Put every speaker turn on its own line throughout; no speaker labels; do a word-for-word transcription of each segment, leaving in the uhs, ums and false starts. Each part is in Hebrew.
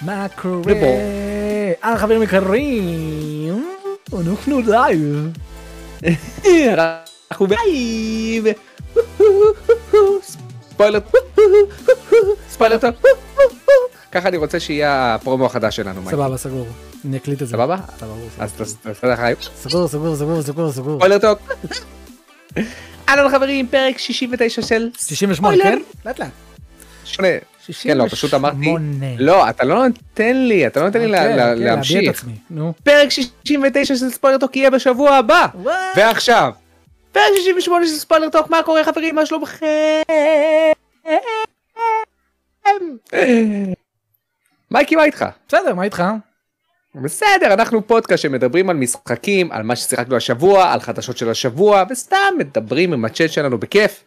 מה קורה? אה, חברים יקרים, אנחנו לייב.
אנחנו לייב. ספוילר. ספוילר. ככה אני רוצה שיהיה הפרומו החדש שלנו.
סבבה, סגור. אני אקליט את זה.
סבבה?
סבבה.
אז תודה לך.
סגור, סגור, סגור, סגור, סגור.
ספוילר טוק. אהלן חברים, פרק שישים ותשע של
שישים ושמונה, כן? לאט לאט.
שונה. כן, לא, פשוט אמרתי, לא, אתה לא נותן לי, אתה לא נותן לי להמשיך. פרק שישים ותשע של ספוילר טוק יהיה בשבוע הבא. ועכשיו, פרק שישים ושמונה של ספוילר טוק, מה קורה חברים, מה שלומכם? מייקי, מה איתך?
בסדר, מה איתך?
בסדר, אנחנו פודקאסט שמדברים על משחקים, על מה ששיחקנו השבוע, על חדשות של השבוע, וסתם מדברים עם הצ'אט שלנו בכיף.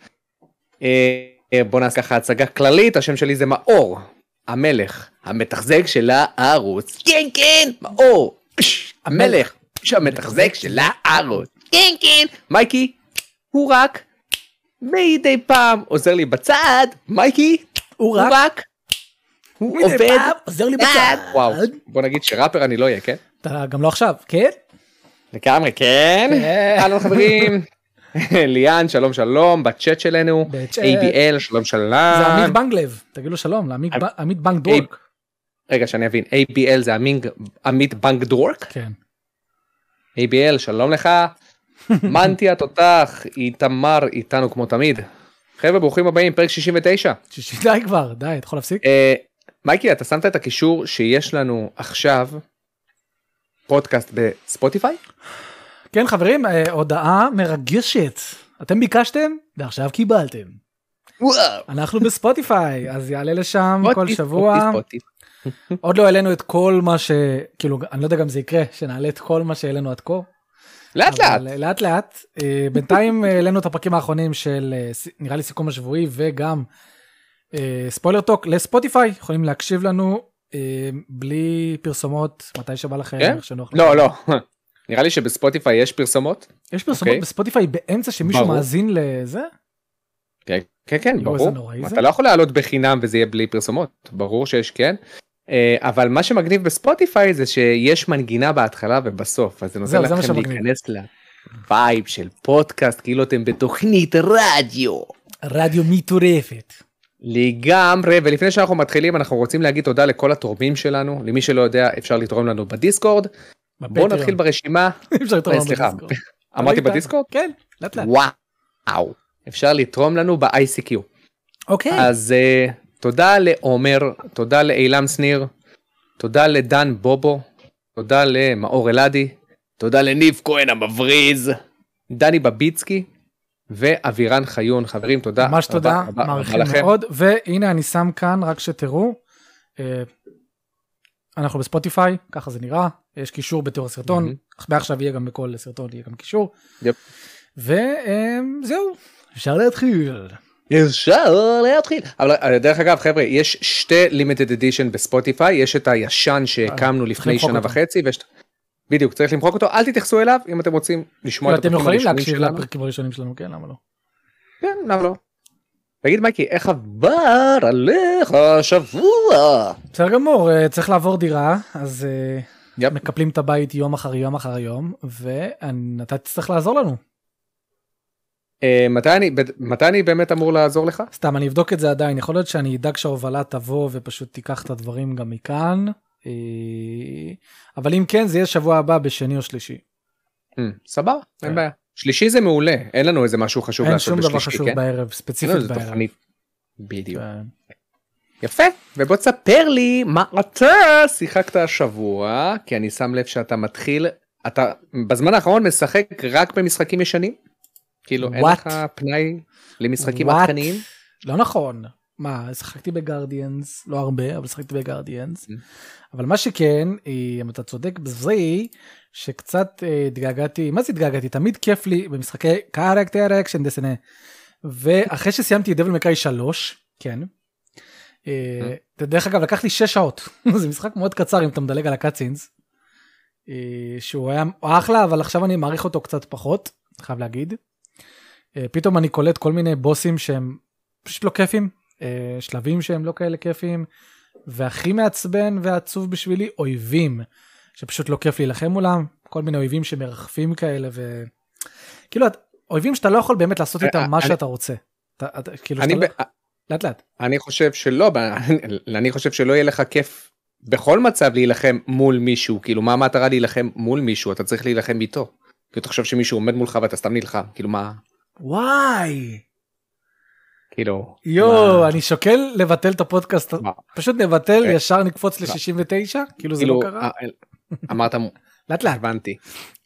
בוא נעשה ככה הצגה כללית, השם שלי זה מאור, המלך, המתחזק של הערוץ. כן, כן, מאור, המלך, המתחזק של הערוץ. כן, כן. מייקי, הוא רק מדי פעם עוזר לי בצד. מייקי, הוא רק... הוא עובד,
עוזר לי בצד.
וואו, בוא נגיד שראפר אני לא אהיה, כן?
אתה גם לא עכשיו, כן?
לגמרי, כן. הלו חברים. ליאן, שלום שלום, בצ'אט שלנו. איי בי אל, שלום שלום.
זה עמית בנגלב, תגיד לו שלום, לעמית בנק דורק.
רגע, שאני אבין, איי בי אל זה עמית בנק דורק?
כן.
איי בי אל, שלום לך. מנטי התותח, איתמר איתנו כמו תמיד. חבר'ה, ברוכים הבאים, פרק שישים ותשע.
די כבר, די, אתה יכול להפסיק?
מייקי, אתה שמת את הקישור שיש לנו עכשיו פודקאסט בספוטיפיי?
כן חברים, הודעה מרגשת. אתם ביקשתם ועכשיו קיבלתם. אנחנו בספוטיפיי, אז יעלה לשם כל שבוע. עוד לא העלינו את כל מה ש... כאילו, אני לא יודע גם זה יקרה, שנעלה את כל מה שהעלינו עד כה.
לאט לאט.
לאט לאט. בינתיים העלינו את הפרקים האחרונים של, נראה לי סיכום השבועי, וגם ספוילר טוק לספוטיפיי. יכולים להקשיב לנו בלי פרסומות, מתי שבא לכם.
לא, לא. נראה לי שבספוטיפיי יש פרסומות.
יש פרסומות בספוטיפיי באמצע שמישהו מאזין לזה?
כן, כן, כן, ברור. אתה לא יכול לעלות בחינם וזה יהיה בלי פרסומות. ברור שיש כן. אבל מה שמגניב בספוטיפיי זה שיש מנגינה בהתחלה ובסוף. אז זה נותן לכם להיכנס לווייב של פודקאסט, כאילו אתם בתוכנית רדיו.
רדיו מטורפת.
לגמרי, ולפני שאנחנו מתחילים אנחנו רוצים להגיד תודה לכל התורמים שלנו. למי שלא יודע אפשר לתרום לנו בדיסקורד. בואו נתחיל ברשימה. סליחה, אמרתי בדיסקורד?
כן, לאט לאט.
וואו, אפשר לתרום לנו ב-איי סי קיו.
אוקיי.
אז תודה לעומר, תודה לאילם שניר, תודה לדן בובו, תודה למאור אלעדי, תודה לניב כהן המבריז, דני בביצקי, ואבירן חיון. חברים, תודה.
ממש תודה, מעריכים מאוד. והנה אני שם כאן, רק שתראו, אנחנו בספוטיפיי, ככה זה נראה, יש קישור בתיאור הסרטון, מעכשיו יהיה גם בכל סרטון, יהיה גם קישור, וזהו, אפשר להתחיל.
אפשר להתחיל. אבל דרך אגב חבר'ה, יש שתי לימיטד אדישן בספוטיפיי, יש את הישן שהקמנו לפני שנה וחצי, בדיוק, צריך למחוק אותו, אל תתייחסו אליו, אם אתם רוצים לשמוע את
הפרקים הראשונים שלנו. אתם יכולים להקשיב לפרקים הראשונים שלנו, כן, למה לא?
כן, למה לא? תגיד מייקי, איך עבר עליך השבוע?
בסדר גמור, צריך לעבור דירה, אז מקפלים את הבית יום אחר יום אחר יום, ואתה תצטרך לעזור לנו.
מתי אני באמת אמור לעזור לך?
סתם, אני אבדוק את זה עדיין, יכול להיות שאני אדאג שההובלה תבוא ופשוט תיקח את הדברים גם מכאן, אבל אם כן זה יהיה שבוע הבא בשני או שלישי.
סבבה, אין בעיה. שלישי זה מעולה, אין לנו איזה משהו חשוב לעשות בשלישי,
אין שום דבר חשוב בערב, ספציפית בערב.
בדיוק. יפה, ובוא תספר לי מה אתה שיחקת השבוע, כי אני שם לב שאתה מתחיל, אתה בזמן האחרון משחק רק במשחקים ישנים? כאילו אין לך פנאי למשחקים עדכניים?
לא נכון. מה, שחקתי בגרדיאנס, לא הרבה, אבל שחקתי בגרדיאנס. אבל מה שכן, אם אתה צודק בזה, שקצת התגעגעתי, מה זה התגעגעתי? תמיד כיף לי במשחקי קארקטר אקשן דסנה. ואחרי שסיימתי את דבל מקראי שלוש, כן. דרך אגב, לקח לי שש שעות. זה משחק מאוד קצר אם אתה מדלג על הקאצינס. שהוא היה אחלה, אבל עכשיו אני מעריך אותו קצת פחות, חייב להגיד. פתאום אני קולט כל מיני בוסים שהם פשוט לא כיפים. שלבים שהם לא כאלה כיפים, והכי מעצבן ועצוב בשבילי, אויבים, שפשוט לא כיף להילחם מולם, כל מיני אויבים שמרחפים כאלה, ו... כאילו, אויבים שאתה לא יכול באמת לעשות איתם מה שאתה רוצה. כאילו, שאתה לא... לאט לאט.
אני חושב שלא, אני חושב שלא יהיה לך כיף בכל מצב להילחם מול מישהו, כאילו, מה המטרה להילחם מול מישהו? אתה צריך להילחם איתו. כי אתה חושב שמישהו עומד מולך ואתה סתם נלחם, כאילו, מה...
וואי!
כאילו...
יו, אני שוקל לבטל את הפודקאסט, פשוט נבטל, ישר נקפוץ ל-שישים ותשע, כאילו זה לא קרה.
אמרת,
לאט לאט.
הבנתי.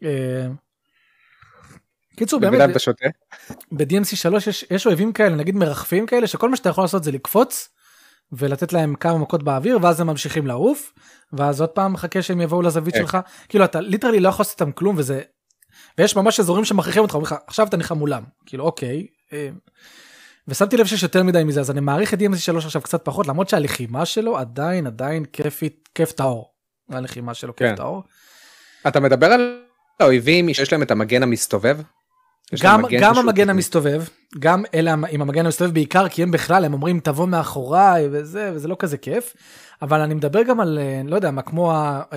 קיצור, באמת, ב-די אם סי שלוש יש אויבים כאלה, נגיד מרחפים כאלה, שכל מה שאתה יכול לעשות זה לקפוץ, ולתת להם כמה מכות באוויר, ואז הם ממשיכים לעוף, ואז עוד פעם מחכה שהם יבואו לזווית שלך, כאילו אתה ליטרלי לא יכול לעשות איתם כלום, וזה, ויש ממש אזורים שמכריחים אותך, עכשיו אתה נחם מולם, כאילו אוקיי, ושמתי לב שיש יותר מדי מזה, אז אני מעריך את די אם סי שלוש עכשיו קצת פחות, למרות שהלחימה שלו עדיין, עדיין כיפית, כיף טהור. הלחימה שלו כיף טהור.
אתה מדבר על האויבים שיש להם את המגן המסתובב?
גם, גם המגן המסתובב, גם אלה עם המגן המסתובב בעיקר, כי הם בכלל, הם אומרים תבוא מאחוריי וזה, וזה לא כזה כיף, אבל אני מדבר גם על, לא יודע מה, כמו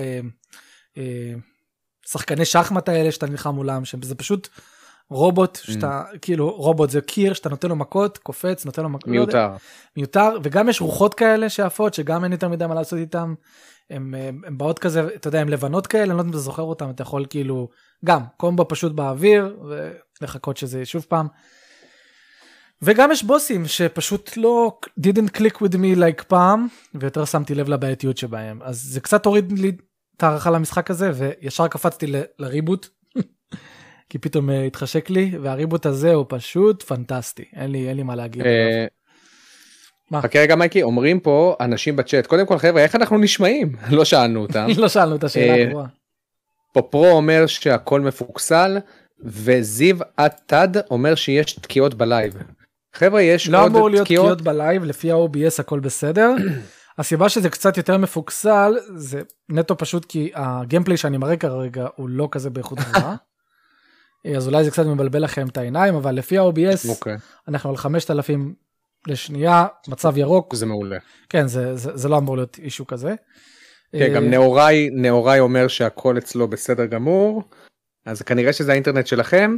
השחקני שחמט האלה שאתה נלחם מולם, שזה פשוט רובוט, שאתה, כאילו, רובוט זה קיר, שאתה נותן לו מכות, קופץ, נותן לו מכות.
מיותר.
מיותר, וגם יש רוחות כאלה שעפות, שגם אין יותר מדי מה לעשות איתם, הם, הם באות כזה, אתה יודע, הם לבנות כאלה, אני לא יודע אם אתה זוכר אותם, אתה יכול כאילו, גם, קומבו פשוט באוויר, ולחכות שזה שוב פעם. וגם יש בוסים שפשוט לא, didn't click with me like פעם, ויותר שמתי לב לבעייתיות שבהם. אז זה קצת הוריד לי את הערכה למשחק הזה, וישר קפצתי ל, לריבוט, כי פתאום uh, התחשק לי, והריבוט הזה הוא פשוט פנטסטי, אין לי, אין לי מה להגיד.
חכה רגע מייקי, אומרים פה אנשים בצ'אט, קודם כל חבר'ה, איך אנחנו נשמעים? לא שאלנו אותם.
לא שאלנו את השאלה ברורה.
פופרו אומר שהכל מפוקסל, וזיו עתד אומר שיש תקיעות בלייב. חבר'ה, יש עוד תקיעות.
לא אמור להיות תקיעות בלייב, לפי ה-או בי אס הכל בסדר. הסיבה שזה קצת יותר מפוקסל, זה נטו פשוט כי הגיימפליי שאני מראה כרגע, הוא לא כזה באיכות גבוהה. אז אולי זה קצת מבלבל לכם את העיניים, אבל לפי ה-או בי אס, okay. אנחנו על חמשת אלפים לשנייה, מצב ירוק.
זה מעולה.
כן, זה, זה, זה לא אמור להיות אישו כזה.
כן, גם נאורי, נאורי אומר שהכל אצלו בסדר גמור, אז כנראה שזה האינטרנט שלכם,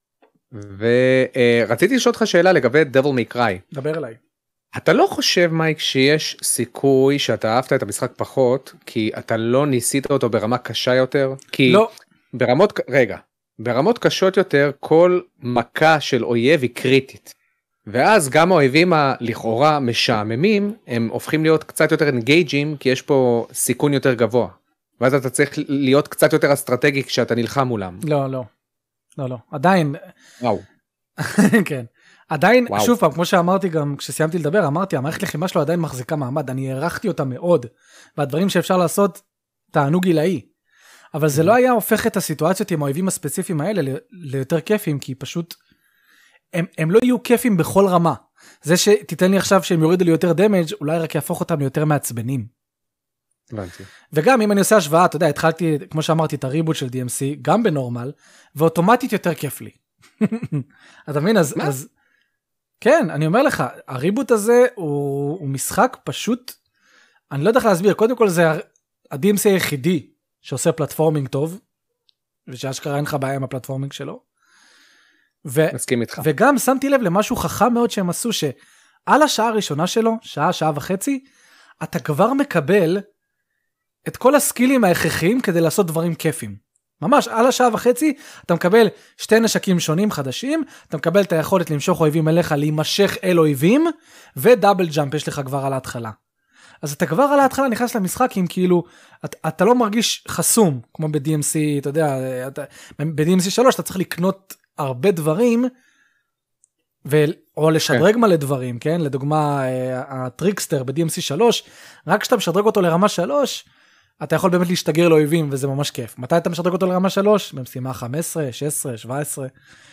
ורציתי לשאול אותך שאלה לגבי Devil May Cry.
דבר אליי.
אתה לא חושב, מייק, שיש סיכוי שאתה אהבת את המשחק פחות, כי אתה לא ניסית אותו ברמה קשה יותר? כי
לא.
ברמות, רגע, ברמות קשות יותר, כל מכה של אויב היא קריטית. ואז גם האויבים הלכאורה משעממים, הם הופכים להיות קצת יותר אנגייג'ים, כי יש פה סיכון יותר גבוה. ואז אתה צריך להיות קצת יותר אסטרטגי כשאתה נלחם מולם.
לא, לא. לא, לא. עדיין...
וואו.
כן. עדיין, וואו. שוב פעם, כמו שאמרתי גם כשסיימתי לדבר, אמרתי, המערכת לחימה שלו עדיין מחזיקה מעמד, אני הערכתי אותה מאוד, והדברים שאפשר לעשות, טענו גילאי. אבל זה לא היה הופך את הסיטואציות עם האויבים הספציפיים האלה ליותר כיפים, כי פשוט... הם, הם לא יהיו כיפים בכל רמה. זה שתיתן לי עכשיו שהם יורידו לי יותר דמג' אולי רק יהפוך אותם ליותר מעצבנים.
הבנתי.
וגם אם אני עושה השוואה, אתה יודע, התחלתי, כמו שאמרתי, את הריבוט של די אם סי, גם בנורמל, ואוטומטית יותר כיף לי. אתה מבין? אז, אז, כן, אני אומר לך, הריבוט הזה הוא, הוא משחק פשוט, אני לא יודע איך להסביר, קודם כל זה ה-די אם סי היחידי שעושה פלטפורמינג טוב, ושאשכרה אין לך בעיה עם הפלטפורמינג שלו. ו-
מסכים איתך.
וגם שמתי לב למשהו חכם מאוד שהם עשו, שעל השעה הראשונה שלו, שעה, שעה וחצי, אתה כבר מקבל את כל הסקילים ההכרחיים כדי לעשות דברים כיפים. ממש, על השעה וחצי, אתה מקבל שתי נשקים שונים חדשים, אתה מקבל את היכולת למשוך אויבים אליך, להימשך אל אויבים, ודאבל ג'אמפ יש לך כבר על ההתחלה. אז אתה כבר על ההתחלה נכנס למשחק עם כאילו, אתה, אתה לא מרגיש חסום, כמו ב-די אם סי, אתה יודע, אתה, ב-די אם סי שלוש אתה צריך לקנות הרבה דברים, ו... או לשדרג כן. מלא דברים, כן? לדוגמה, הטריקסטר ב-די אם סי שלוש, רק כשאתה משדרג אותו לרמה שלוש, אתה יכול באמת להשתגר לאויבים, וזה ממש כיף. מתי אתה משדרג אותו לרמה שלוש? במשימה חמש עשרה, שש עשרה, שבע עשרה.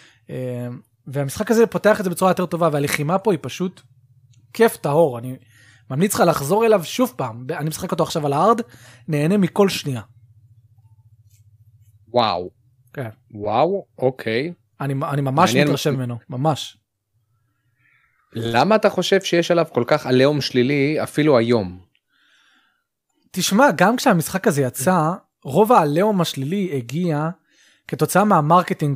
והמשחק הזה פותח את זה בצורה יותר טובה, והלחימה פה היא פשוט כיף טהור. אני ממליץ לך לחזור אליו שוב פעם. אני משחק אותו עכשיו על הארד, נהנה מכל שנייה.
וואו.
כן.
וואו, אוקיי.
אני, אני ממש מתרשם ממנו, ממש.
למה אתה חושב שיש עליו כל כך עליהום שלילי אפילו היום?
תשמע, גם כשהמשחק הזה יצא, רוב העליהום השלילי הגיע כתוצאה מהמרקטינג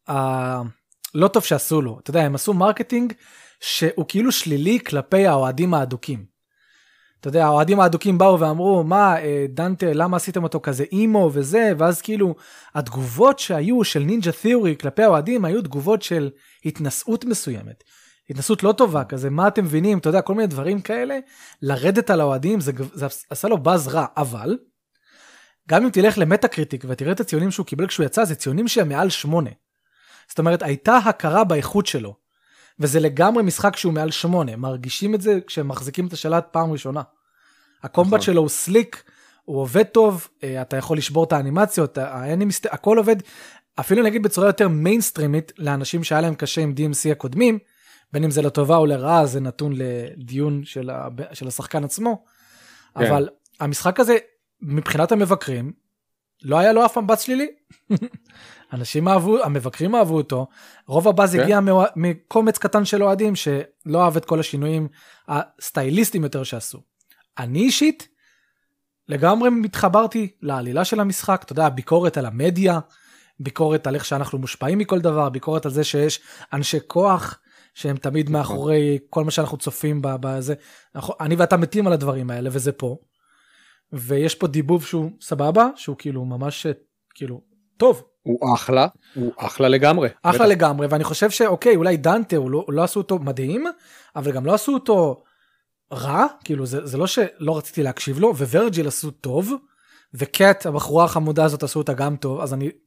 הלא טוב שעשו לו. אתה יודע, הם עשו מרקטינג שהוא כאילו שלילי כלפי האוהדים האדוקים. אתה יודע, האוהדים האדוקים באו ואמרו, מה, דנטה, למה עשיתם אותו כזה אימו וזה, ואז כאילו, התגובות שהיו של נינג'ה תיאורי כלפי האוהדים, היו תגובות של התנסות מסוימת. התנסות לא טובה, כזה, מה אתם מבינים, אתה יודע, כל מיני דברים כאלה, לרדת על האוהדים, זה, זה עשה לו באז רע, אבל, גם אם תלך למטה קריטיק, ותראה את הציונים שהוא קיבל כשהוא יצא, זה ציונים שהם מעל שמונה. זאת אומרת, הייתה הכרה באיכות שלו, וזה לגמרי משחק שהוא מעל שמונה, מרגישים את זה כשהם מחזיקים את השלט פעם ראשונה. הקומבט שלו הוא סליק, הוא עובד טוב, אתה יכול לשבור את האנימציות, הכל עובד, אפילו נגיד בצורה יותר מיינסטרימית, לאנשים שהיה להם קשה עם די אם סי הקודמים, בין אם זה לטובה או לרעה, זה נתון לדיון של, ה, של השחקן עצמו, כן. אבל המשחק הזה, מבחינת המבקרים, לא היה לו אף פעם בץ שלילי. אנשים אהבו, המבקרים אהבו אותו, רוב הבאז כן. הגיע מקומץ קטן של אוהדים, שלא אהב את כל השינויים הסטייליסטיים יותר שעשו. אני אישית, לגמרי מתחברתי לעלילה של המשחק, אתה יודע, ביקורת על המדיה, ביקורת על איך שאנחנו מושפעים מכל דבר, ביקורת על זה שיש אנשי כוח, שהם תמיד מאחורי כל מה שאנחנו צופים בזה. אני ואתה מתים על הדברים האלה, וזה פה. ויש פה דיבוב שהוא סבבה, שהוא כאילו ממש, כאילו, טוב.
הוא אחלה, הוא אחלה לגמרי.
אחלה בטח. לגמרי, ואני חושב שאוקיי, אולי דנטה, הוא לא, לא עשו אותו מדהים, אבל גם לא עשו אותו רע, כאילו זה, זה לא שלא רציתי להקשיב לו, וורג'יל עשו טוב, וקט, הבחורה החמודה הזאת עשו אותה גם טוב, אז אני,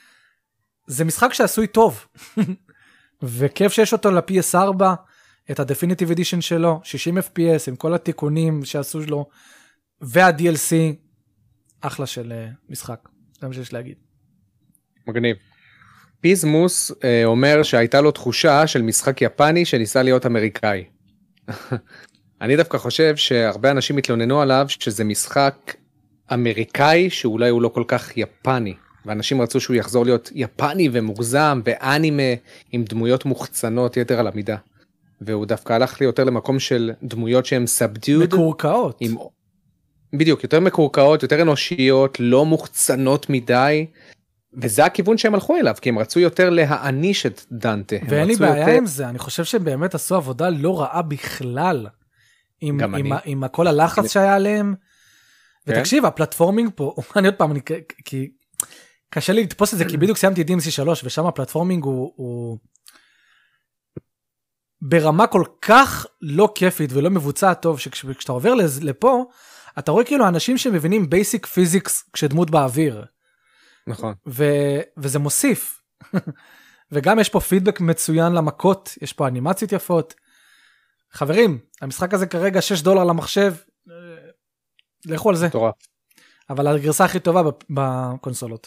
זה משחק שעשוי טוב, וכיף שיש אותו ל-פי אס ארבע, את ה-Definitive Edition שלו, שישים אף פי אס, עם כל התיקונים שעשו לו, וה-די אל סי, אחלה של uh, משחק, זה מה שיש להגיד.
מגניב. פיזמוס uh, אומר שהייתה לו תחושה של משחק יפני שניסה להיות אמריקאי. אני דווקא חושב שהרבה אנשים התלוננו עליו שזה משחק אמריקאי שאולי הוא לא כל כך יפני, ואנשים רצו שהוא יחזור להיות יפני ומוגזם ואנימה עם דמויות מוחצנות יתר על המידה, והוא דווקא הלך לי יותר למקום של דמויות שהן subdued,
מקורקעות,
עם... בדיוק, יותר מקורקעות, יותר אנושיות, לא מוחצנות מדי, וזה הכיוון שהם הלכו אליו, כי הם רצו יותר להעניש את דנטה.
ואין לי בעיה יותר... עם זה, אני חושב שהם באמת עשו עבודה לא רעה בכלל, עם, עם, עם, עם כל הלחץ שהיה עליהם, ותקשיב, הפלטפורמינג פה, אני עוד פעם, אני, כי קשה לי לתפוס את זה, כי בדיוק סיימתי די אם סי שלוש, ושם הפלטפורמינג הוא, הוא ברמה כל כך לא כיפית, ולא מבוצע טוב, שכשאתה עובר לפה, אתה רואה כאילו אנשים שמבינים בייסיק פיזיקס, כשדמות באוויר.
נכון.
ו- וזה מוסיף. וגם יש פה פידבק מצוין למכות, יש פה אנימציות יפות. חברים, המשחק הזה כרגע שש דולר למחשב, לכו על זה.
תורה.
אבל הגרסה הכי טובה בקונסולות.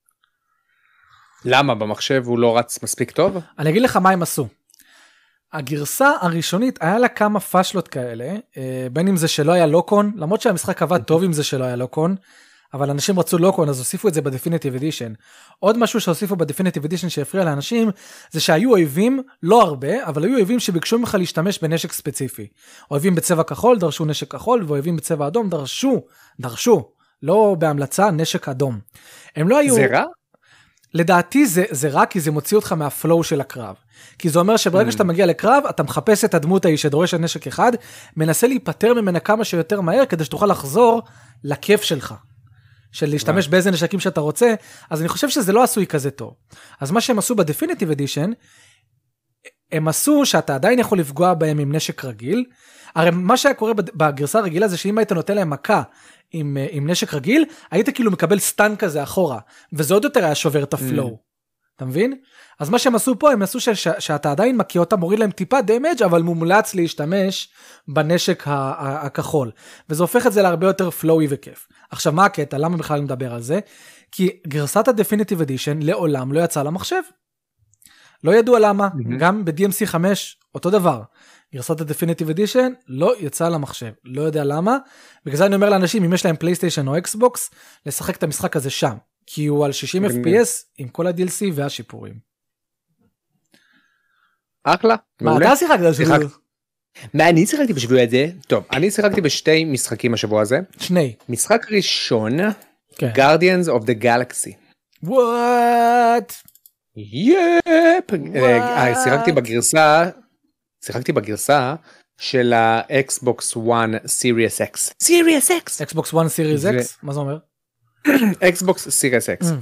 למה? במחשב הוא לא רץ מספיק טוב?
אני אגיד לך מה הם עשו. הגרסה הראשונית, היה לה כמה פשלות כאלה, בין אם זה שלא היה לוקון, למרות שהמשחק עבד טוב אם זה שלא היה לוקון, אבל אנשים רצו לוקון, אז הוסיפו את זה ב-Definitive Edition. עוד משהו שהוסיפו ב-Definitive Edition שהפריע לאנשים, זה שהיו אויבים, לא הרבה, אבל היו אויבים שביקשו ממך להשתמש בנשק ספציפי. אויבים בצבע כחול, דרשו נשק כחול, ואויבים בצבע אדום, דרשו, דרשו, לא בהמלצה, נשק אדום. הם לא היו...
זה רע?
לדעתי זה, זה רע, כי זה מוציא אותך מהפלואו של הקרב. כי זה אומר שברגע שאתה מגיע לקרב, אתה מחפש את הדמות ההיא שדורש נשק אחד, מנסה להיפטר ממנה כמה שיותר מהר, כדי שתוכל לחזור לכיף שלך. של להשתמש באיזה נשקים שאתה רוצה, אז אני חושב שזה לא עשוי כזה טוב. אז מה שהם עשו ב-Definitive Edition, הם עשו שאתה עדיין יכול לפגוע בהם עם נשק רגיל, הרי מה שהיה קורה בגרסה הרגילה זה שאם היית נותן להם מכה עם, עם נשק רגיל, היית כאילו מקבל סטן כזה אחורה, וזה עוד יותר היה שובר את הפלואו. אתה מבין? אז מה שהם עשו פה, הם עשו ש- ש- שאתה עדיין מקיא אותם, מוריד להם טיפה דמג' אבל מומלץ להשתמש בנשק ה- הכחול. וזה הופך את זה להרבה יותר פלואי וכיף. עכשיו מה הקטע? למה בכלל אני מדבר על זה? כי גרסת ה-Definitive Edition לעולם לא יצאה למחשב. לא ידוע למה, mm-hmm. גם ב-די אם סי חמש אותו דבר. גרסת ה-Definitive Edition לא יצאה למחשב. לא יודע למה. בגלל זה אני אומר לאנשים, אם יש להם פלייסטיישן או אקסבוקס, לשחק את המשחק הזה שם. כי הוא על שישים אף פי אס עם כל ה-די אל סי והשיפורים.
אחלה.
מה, אתה שיחקת?
מה אני שיחקתי בשבוע הזה? טוב, אני שיחקתי בשתי משחקים השבוע הזה.
שני.
משחק ראשון, Guardians of the Galaxy.
וואט?
יפ! שיחקתי בגרסה, שיחקתי בגרסה של ה-Xbox One Series X. Series X!
Xbox One Series X? מה זה אומר?
Xbox Series X.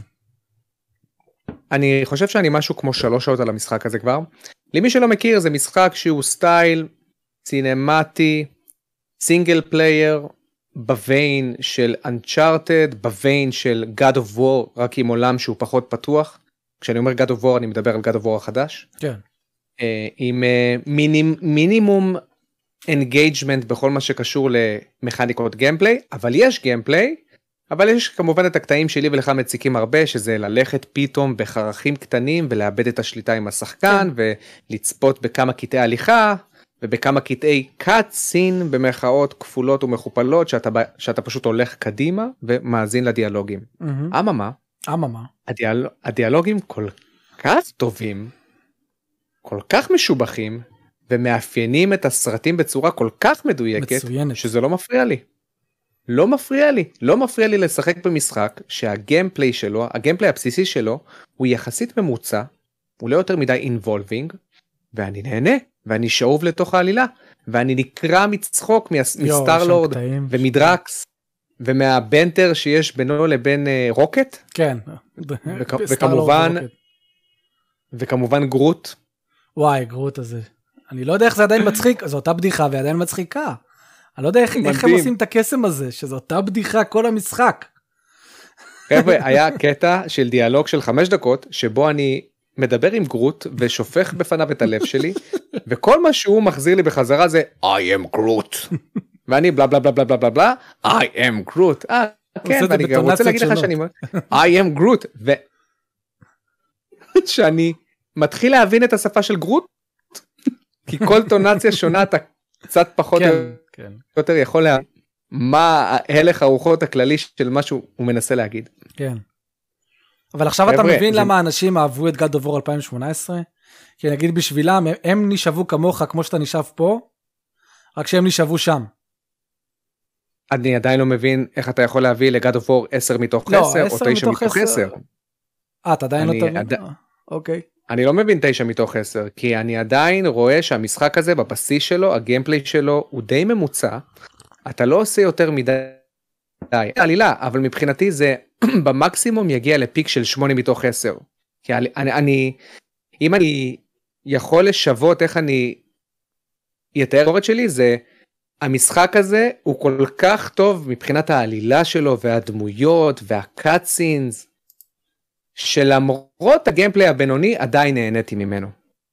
אני חושב שאני משהו כמו שלוש שעות על המשחק הזה כבר. למי שלא מכיר, זה משחק שהוא סטייל סינמטי, סינגל פלייר, בוויין של Uncharted, בוויין של God of War, רק עם עולם שהוא פחות פתוח. כשאני אומר God of War, אני מדבר על God of War החדש.
כן.
עם מינימ, מינימום אינגייג'מנט בכל מה שקשור למכניקות גיימפליי, אבל יש גיימפליי, אבל יש כמובן את הקטעים שלי ולך מציקים הרבה, שזה ללכת פתאום בחרכים קטנים ולאבד את השליטה עם השחקן, כן. ולצפות בכמה קטעי הליכה, ובכמה קטעי קאט-סין במרכאות כפולות ומכופלות, שאתה, שאתה פשוט הולך קדימה ומאזין לדיאלוגים. Mm-hmm. אממה,
אממה.
הדיאל, הדיאלוגים כל כך טובים, כל כך משובחים, ומאפיינים את הסרטים בצורה כל כך מדויקת, מצוינת. שזה לא מפריע לי. לא מפריע לי. לא מפריע לי לשחק במשחק שהגיימפליי שלו, הגיימפליי הבסיסי שלו, הוא יחסית ממוצע, הוא לא יותר מדי אינבולבינג, ואני נהנה, ואני שאוב לתוך העלילה, ואני נקרא מצחוק מסטארלורד ומדרקס, ומהבנטר שיש בינו לבין רוקט.
כן.
וכמובן, וכמובן גרוט.
וואי, גרוט הזה. אני לא יודע איך זה עדיין מצחיק, זו אותה בדיחה ועדיין מצחיקה. אני לא יודע איך, איך הם עושים את הקסם הזה, שזו אותה בדיחה כל המשחק.
חבר'ה, היה קטע של דיאלוג של חמש דקות, שבו אני מדבר עם גרוט, ושופך בפניו את הלב שלי, וכל מה שהוא מחזיר לי בחזרה זה, I am Groot. ואני בלה בלה בלה בלה בלה בלה, I am Groot. אה, כן, ואני גם רוצה להגיד לך שאני, I am Groot. ו... שאני מתחיל להבין את השפה של גרוט, כי כל טונציה שונה, אתה קצת פחות יותר יכול להבין מה הלך הרוחות הכללי של משהו הוא מנסה להגיד.
כן. אבל עכשיו אתה מבין למה האנשים אהבו את God of War אלפיים שמונה עשרה? כי נגיד בשבילם, הם נשאבו כמוך כמו שאתה נשאב פה, רק שהם נשאבו שם.
אני עדיין לא מבין איך אתה יכול להביא ל-God of War עשר מתוך עשר, או תשע מתוך עשר.
אה, אתה עדיין לא תבין? אוקיי.
אני לא מבין תשע מתוך עשר, כי אני עדיין רואה שהמשחק הזה בבסיס שלו, הגיימפליי שלו הוא די ממוצע, אתה לא עושה יותר מדי עלילה, אבל מבחינתי זה במקסימום יגיע לפיק של שמונה מתוך עשר. כי אני, אני, אם אני יכול לשוות איך אני יתאר הורד שלי, זה המשחק הזה הוא כל כך טוב מבחינת העלילה שלו והדמויות והקאטסינס, שלמרות הגיימפליי הבינוני עדיין נהניתי ממנו.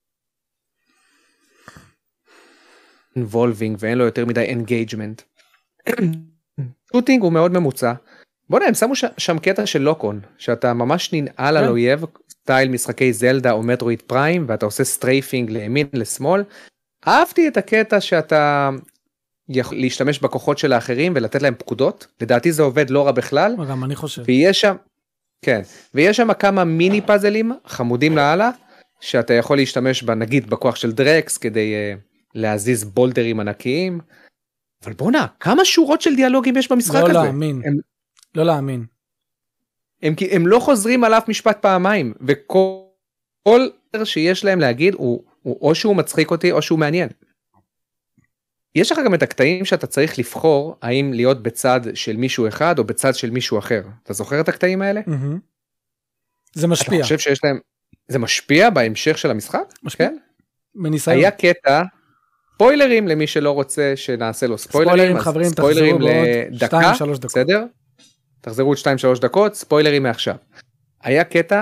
involving ואין לו יותר מדי engagement. שוטינג הוא מאוד ממוצע. בוא נראה, הם שמו ש- שם קטע של לוקון, שאתה ממש ננעל על אויב, סטייל משחקי זלדה או מטרואיד פריים, ואתה עושה סטרייפינג לימין לשמאל. אהבתי את הקטע שאתה יכול להשתמש בכוחות של האחרים ולתת להם פקודות. לדעתי זה עובד לא רע בכלל.
גם אני חושב.
ויש שם, כן, ויש שם כמה מיני פאזלים חמודים לעלה, שאתה יכול להשתמש בה, נגיד בכוח של דרקס, כדי uh, להזיז בולדרים ענקיים. אבל בוא נע, כמה שורות של דיאלוגים יש במשחק
לא
הזה?
לא להאמין, הם, לא להאמין.
הם, הם לא חוזרים על אף משפט פעמיים, וכל שיש להם להגיד, הוא, הוא או שהוא מצחיק אותי, או שהוא מעניין. יש לך גם את הקטעים שאתה צריך לבחור, האם להיות בצד של מישהו אחד, או בצד של מישהו אחר. אתה זוכר את הקטעים האלה?
Mm-hmm. זה משפיע.
אתה חושב שיש להם, זה משפיע בהמשך של המשחק?
משפיע.
כן?
מניסיון.
היה קטע, ספוילרים למי שלא רוצה שנעשה לו ספוילרים,
ספוילרים חברים,
ספוילרים
תחזרו
לדקה,
שתיים שלוש דקות.
בסדר? תחזרו עוד שתיים שלוש דקות, ספוילרים מעכשיו. היה קטע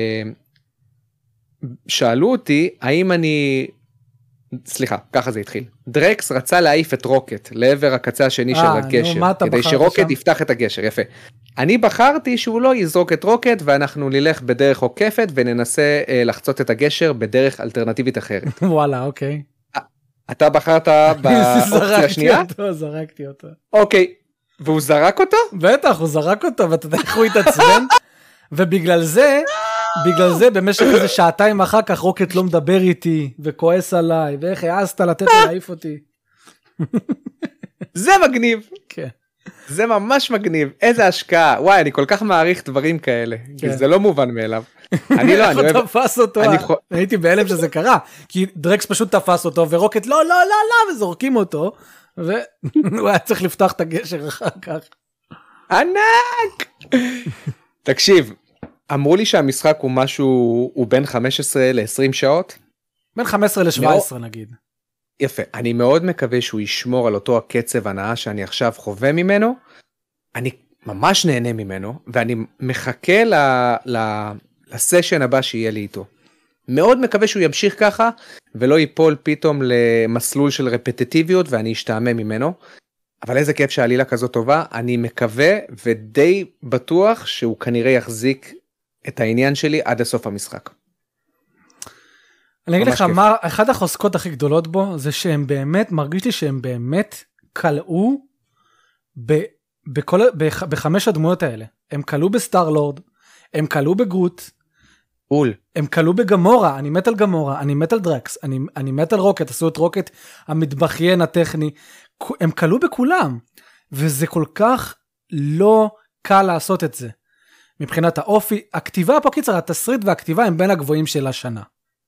ששאלו אותי האם אני, סליחה, ככה זה התחיל. דרקס רצה להעיף את רוקט לעבר הקצה השני של הגשר, כדי שרוקט יפתח את הגשר, יפה. אני בחרתי שהוא לא יזרוק את רוקט, ואנחנו נלך בדרך עוקפת, וננסה לחצות את הגשר בדרך אלטרנטיבית אחרת.
וואלה, אוקיי.
אתה בחרת באופציה השנייה?
זרקתי אותו, זרקתי אותו.
אוקיי, והוא זרק אותו?
בטח, הוא זרק אותו, ואתה יודע איך הוא התעצבן, ובגלל זה, בגלל זה, במשך איזה שעתיים אחר כך, רוקט לא מדבר איתי, וכועס עליי, ואיך העזת לתת להעיף אותי.
זה מגניב.
כן.
זה ממש מגניב, איזה השקעה, וואי, אני כל כך מעריך דברים כאלה, כי זה לא מובן מאליו. אני לא, אני אוהב...
איך הוא תפס אותו, הייתי בהלם שזה קרה, כי דרקס פשוט תפס אותו, ורוקט לא, לא, לא, לא, וזורקים אותו, והוא היה צריך לפתוח את הגשר אחר כך.
ענק! תקשיב, אמרו לי שהמשחק הוא משהו, הוא בין חמש עשרה ל-עשרים שעות?
בין חמש עשרה ל-שבע עשרה נגיד.
יפה, אני מאוד מקווה שהוא ישמור על אותו הקצב הנאה שאני עכשיו חווה ממנו, אני ממש נהנה ממנו, ואני מחכה ל, ל, לסשן הבא שיהיה לי איתו. מאוד מקווה שהוא ימשיך ככה, ולא ייפול פתאום למסלול של רפטטיביות, ואני אשתעמם ממנו, אבל איזה כיף שהעלילה כזאת טובה, אני מקווה ודי בטוח שהוא כנראה יחזיק את העניין שלי עד הסוף המשחק.
אני אגיד לך, מה, אחת החוזקות הכי גדולות בו, זה שהם באמת, מרגיש לי שהם באמת קלעו ב, בכל, בח, בחמש הדמויות האלה. הם קלעו בסטאר לורד, הם קלעו בגרוט,
אול.
הם קלעו בגמורה, אני מת על גמורה, אני מת על דרקס, אני, אני מת על רוקט, עשו את רוקט המתבכיין הטכני, הם קלעו בכולם, וזה כל כך לא קל לעשות את זה. מבחינת האופי, הכתיבה פה קיצר, התסריט והכתיבה הם בין הגבוהים של השנה.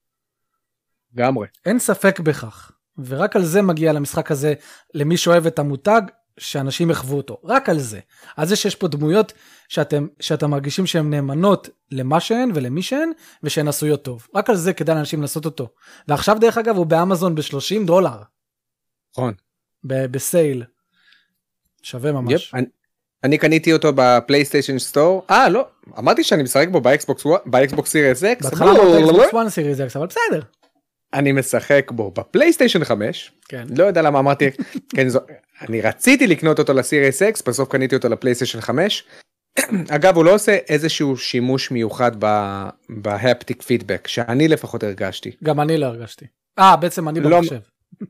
גמרי.
אין ספק בכך, ורק על זה מגיע למשחק הזה, למי שאוהב את המותג, שאנשים יחוו אותו, רק על זה. על זה שיש פה דמויות שאתם, שאתם מרגישים שהן נאמנות למה שהן ולמי שהן, ושהן עשויות טוב. רק על זה כדאי לאנשים לעשות אותו. ועכשיו דרך אגב הוא באמזון ב-שלושים דולר.
נכון.
בסייל. שווה ממש.
יפ, אני, אני קניתי אותו בפלייסטיישן סטור. אה, לא, אמרתי שאני משחק בו באקסבוקס, באקסבוקס סיריס אקס.
בהתחלה אמרת אקסבוקס וואן סיריס אקס, אבל בסדר.
אני משחק בו בפלייסטיישן חמש,
כן.
לא יודע למה אמרתי, כן, זו, אני רציתי לקנות אותו לסיריס אקס, בסוף קניתי אותו לפלייסטיישן חמש, אגב הוא לא עושה איזשהו שימוש מיוחד בהפטיק פידבק, שאני לפחות הרגשתי.
גם אני לא הרגשתי. אה, בעצם אני לא חושב.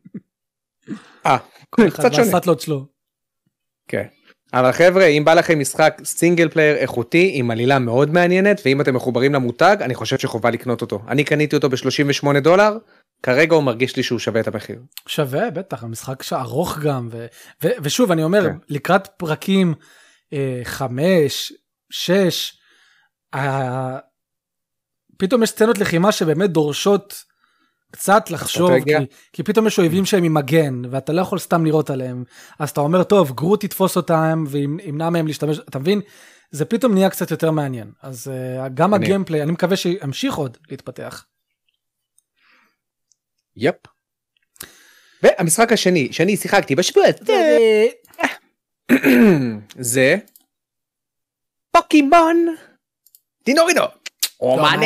אה, קצת שונה.
והסטלוט שלו.
כן. אבל חבר'ה, אם בא לכם משחק סינגל פלייר איכותי, עם עלילה מאוד מעניינת, ואם אתם מחוברים למותג, אני חושב שחובה לקנות אותו. אני קניתי אותו ב-שלושים ושמונה דולר, כרגע הוא מרגיש לי שהוא שווה את המחיר.
שווה, בטח, המשחק ארוך גם, ו- ו- ושוב, אני אומר, כן. לקראת פרקים אה, חמש, שש, אה, פתאום יש סצנות לחימה שבאמת דורשות קצת לחשוב, כי, כי פתאום יש אויבים שהם עם מגן, ואתה לא יכול סתם לראות עליהם, אז אתה אומר, טוב, גרוט יתפוס אותם, וימנע מהם להשתמש, אתה מבין? זה פתאום נהיה קצת יותר מעניין, אז uh, גם אני... הגיימפליי, אני מקווה שימשיך עוד להתפתח.
יפ. והמשחק השני, שאני שיחקתי בשבוע, זה פוקימון דינורידו. או מענה,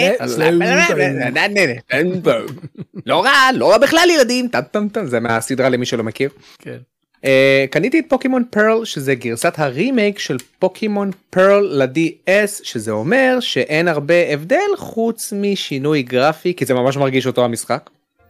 לא רע, לא רע בכלל ילדים, זה מהסדרה למי שלא מכיר. קניתי את פוקימון פרל, שזה גרסת הרימייק של פוקימון פרל ל-די אס, שזה אומר שאין הרבה הבדל חוץ משינוי גרפי, כי זה ממש מרגיש אותו המשחק.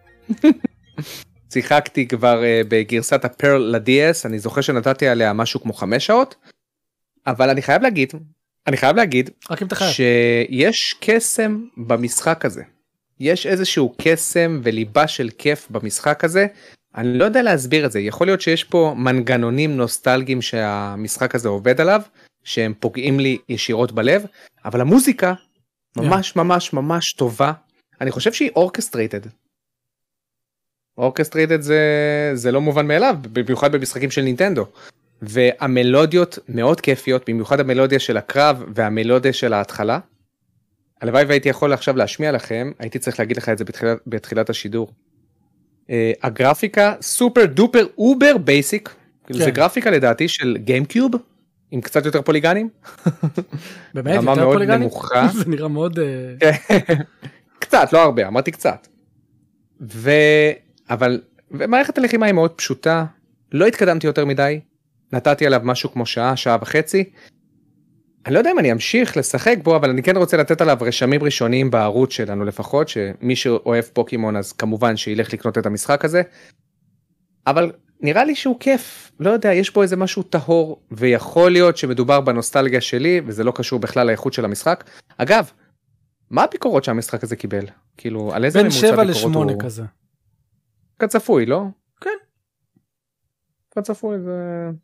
שיחקתי כבר בגרסת הפרל ל-די אס, אני זוכר שנתתי עליה משהו כמו חמש שעות, אבל אני חייב להגיד, אני חייב להגיד שיש קסם במשחק הזה. יש איזשהו קסם וליבה של כיף במשחק הזה. אני לא יודע להסביר את זה. יכול להיות שיש פה מנגנונים נוסטלגיים שהמשחק הזה עובד עליו, שהם פוגעים לי ישירות בלב, אבל המוזיקה ממש ממש ממש טובה. אני חושב שהיא אורקסטרייטד. אורקסטרייטד זה, זה לא מובן מאליו, במיוחד במשחקים של נינטנדו. והמלודיות מאוד כיפיות, במיוחד המלודיה של הקרב והמלודיה של ההתחלה. הלוואי והייתי יכול עכשיו להשמיע לכם, הייתי צריך להגיד לך את זה בתחילת, בתחילת השידור. Uh, הגרפיקה סופר דופר אובר בייסיק, כן. זה גרפיקה לדעתי של גיימקיוב, עם קצת יותר פוליגנים.
באמת? יותר פוליגנים?
נמוכה.
זה נראה מאוד...
קצת, לא הרבה, אמרתי קצת. ו... אבל, ומערכת הלחימה היא מאוד פשוטה, לא התקדמתי יותר מדי, נתתי עליו משהו כמו שעה, שעה וחצי, אני לא יודע אם אני אמשיך לשחק בו, אבל אני כן רוצה לתת עליו רשמים ראשוניים בערוץ שלנו לפחות, שמי שאוהב פוקימון אז כמובן שילך לקנות את המשחק הזה, אבל נראה לי שהוא כיף, לא יודע, יש בו איזה משהו טהור, ויכול להיות שמדובר בנוסטלגיה שלי, וזה לא קשור בכלל לאיכות של המשחק. אגב, מה הביקורות שהמשחק הזה קיבל? כאילו, על איזה ממוצע ביקורות הוא...
בין שבע לשמונה כזה.
כצפוי, לא?
כן.
כצפוי, זה...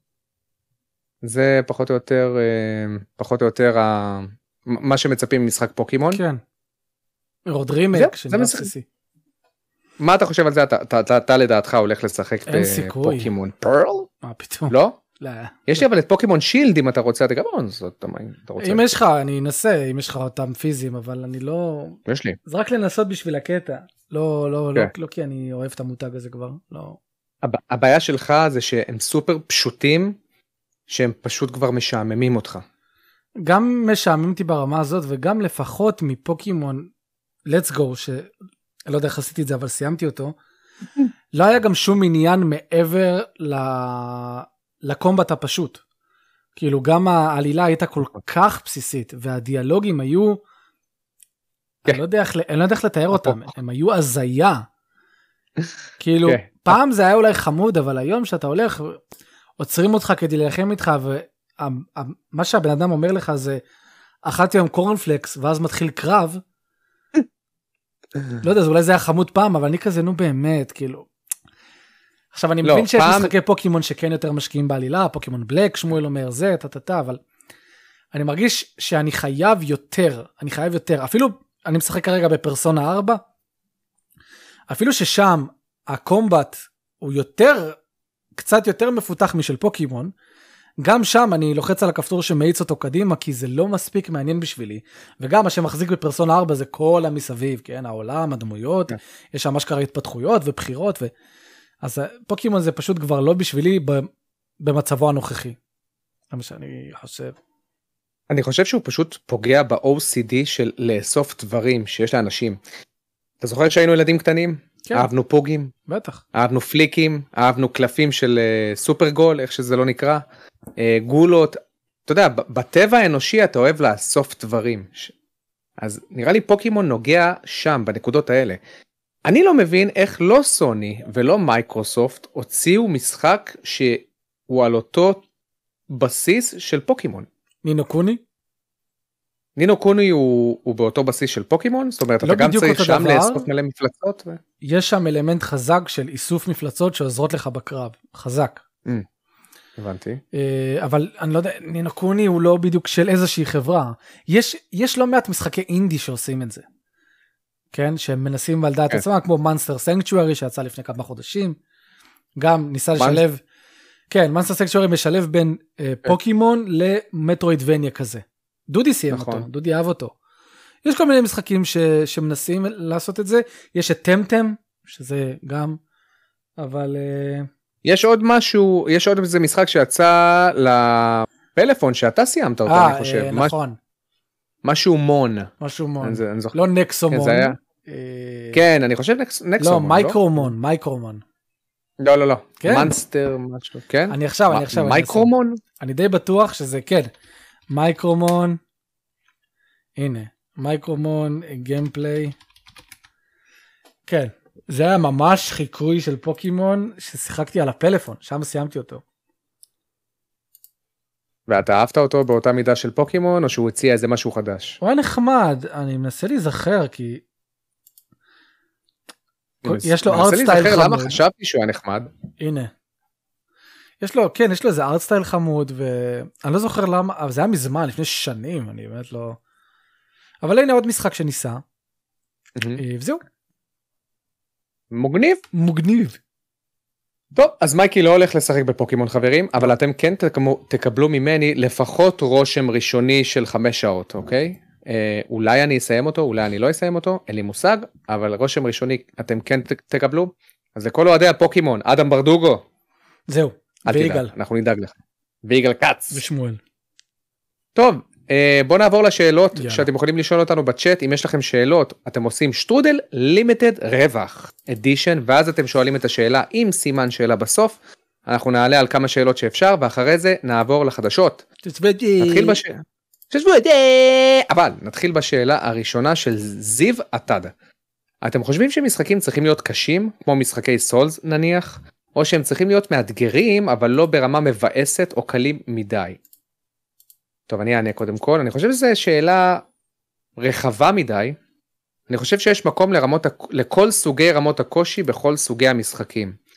זה פחות או יותר, פחות או יותר ה... מה שמצפים ממשחק פוקימון.
כן. עוד רימייק של בסיסי.
מה אתה חושב על זה? אתה, אתה, אתה לדעתך הולך לשחק בפוקימון פרל?
מה פתאום?
לא?
לא.
יש לי אבל את פוקימון שילד אם אתה רוצה, אתה גם זאת, אתה רוצה.
אם יש לך, אני אנסה, אם יש לך אותם פיזיים, אבל אני לא...
יש לי.
זה רק לנסות בשביל הקטע. לא, לא, לא, לא כי אני אוהב את המותג הזה כבר, לא.
הבעיה שלך זה שהם סופר פשוטים, שהם פשוט כבר משעממים אותך.
גם משעממתי ברמה הזאת, וגם לפחות מפוקימון Let's Go, שלא יודע איך עשיתי את זה, אבל סיימתי אותו, לא היה גם שום עניין מעבר לקומבט הפשוט. כאילו גם העלילה הייתה כל כך בסיסית, והדיאלוגים היו, אני לא יודע איך לתאר אותם, הם היו הזיה. כאילו, פעם זה היה אולי חמוד, אבל היום שאתה הולך, עוצרים אותך כדי להילחם איתך, ומה שהבן אדם אומר לך זה, אכלתי היום קורנפלקס, ואז מתחיל קרב, לא יודע, אולי זה היה חמוד פעם, אבל אני כזה, נו באמת, כאילו. עכשיו, אני מבין שיש משחקי פוקימון שכן יותר משקיעים בעלילה, פוקימון בלק, שמואל אומר זה, טטטה, אבל אני מרגיש שאני חייב יותר, אני חייב יותר, אפילו, אני משחק כרגע בפרסונה ארבע, אפילו ששם הקומבט הוא יותר, קצת יותר מפותח משל פוקימון, גם שם אני לוחץ על הכפתור שמאיץ אותו קדימה, כי זה לא מספיק מעניין בשבילי, וגם מה שמחזיק בפרסונה ארבע זה כל המסביב, כן, העולם, הדמויות, יש שם משקרה התפתחויות ובחירות, ו... אז פוקימון זה פשוט כבר לא בשבילי במצבו הנוכחי. זה מה שאני חושב.
אני חושב שהוא פשוט פוגע ב-או סי די של לאסוף דברים שיש לאנשים. אתה זוכר שהיינו ילדים קטנים? כן. אהבנו פוגים.
בטח.
אהבנו פליקים, אהבנו קלפים של uh, סופר גול, איך שזה לא נקרא. Uh, גולות. אתה יודע, בטבע האנושי אתה אוהב לאסוף דברים. אז נראה לי פוקימון נוגע שם, בנקודות האלה. אני לא מבין איך לא סוני ולא מייקרוסופט הוציאו משחק שהוא על אותו בסיס של פוקימון.
נינו קוני?
נינו קוני הוא, הוא באותו בסיס של פוקימון? זאת אומרת,
לא
אתה גם צריך שם לאסוף מלא מפלצות? ו...
יש שם אלמנט חזק של איסוף מפלצות שעוזרות לך בקרב. חזק.
Mm, הבנתי.
אבל אני לא יודע, נינו קוני הוא לא בדיוק של איזושהי חברה. יש, יש לא מעט משחקי אינדי שעושים את זה. כן, שהם מנסים על דעת עצמם, כמו Monster Sanctuary שיצא לפני כמה חודשים, גם ניסה לשלב, כן, Monster Sanctuary משלב בין פוקימון למטרואידבניה כזה. דודי סיים אותו, דודי אהב אותו. יש כל מיני משחקים שמנסים לעשות את זה, יש את טמטם, שזה גם, אבל...
יש עוד משהו, יש עוד איזה משחק שיצא לפלאפון, שאתה סיימת אותו, אני חושב.
נכון.
משהו מון.
משהו מון. לא נקסומון.
כן, אני חושב נקסומון.
לא, מייקרומון, מייקרומון.
לא, לא, לא. מנסטר, משהו, כן?
אני עכשיו, אני עכשיו.
מייקרומון?
אני די בטוח שזה, כן. מייקרומון. הנה, מייקרומון, גיימפליי. כן, זה היה ממש חיקוי של פוקימון ששיחקתי על הפלאפון, שם סיימתי אותו.
ואתה אהבת אותו באותה מידה של פוקימון, או שהוא הציע איזה משהו חדש?
הוא היה נחמד, אני מנסה להיזכר, כי... יש לו ארט סטייל חמוד.
למה חשבתי שהוא היה נחמד?
הנה. יש לו, כן, יש לו איזה ארט סטייל חמוד, ואני לא זוכר למה, אבל זה היה מזמן, לפני שנים, אני באמת לא... אבל הנה עוד משחק שניסה, וזהו.
מוגניב?
מוגניב.
טוב, אז מייקי לא הולך לשחק בפוקימון חברים, אבל אתם כן תקבלו ממני לפחות רושם ראשוני של חמש שעות, אוקיי? אה, אולי אני אסיים אותו, אולי אני לא אסיים אותו, אין לי מושג, אבל רושם ראשוני אתם כן תקבלו. אז לכל אוהדי הפוקימון, אדם ברדוגו.
זהו, ויגאל.
אנחנו נדאג לך. ויגאל קץ.
ושמואל.
טוב, אה, בואו נעבור לשאלות יאללה. שאתם יכולים לשאול אותנו בצ'אט, אם יש לכם שאלות, אתם עושים שטרודל לימיטד רווח אדישן, ואז אתם שואלים את השאלה עם סימן שאלה בסוף, אנחנו נעלה על כמה שאלות שאפשר, ואחרי זה נעבור לחדשות. נתחיל בשאלה. אבל נתחיל בשאלה הראשונה של זיו עתד. אתם חושבים שמשחקים צריכים להיות קשים, כמו משחקי סולס נניח, או שהם צריכים להיות מאתגרים, אבל לא ברמה מבאסת או קלים מדי? טוב, אני אענה קודם כל. אני חושב שזו שאלה רחבה מדי. אני חושב שיש מקום לרמות, לכל סוגי רמות הקושי בכל סוגי המשחקים.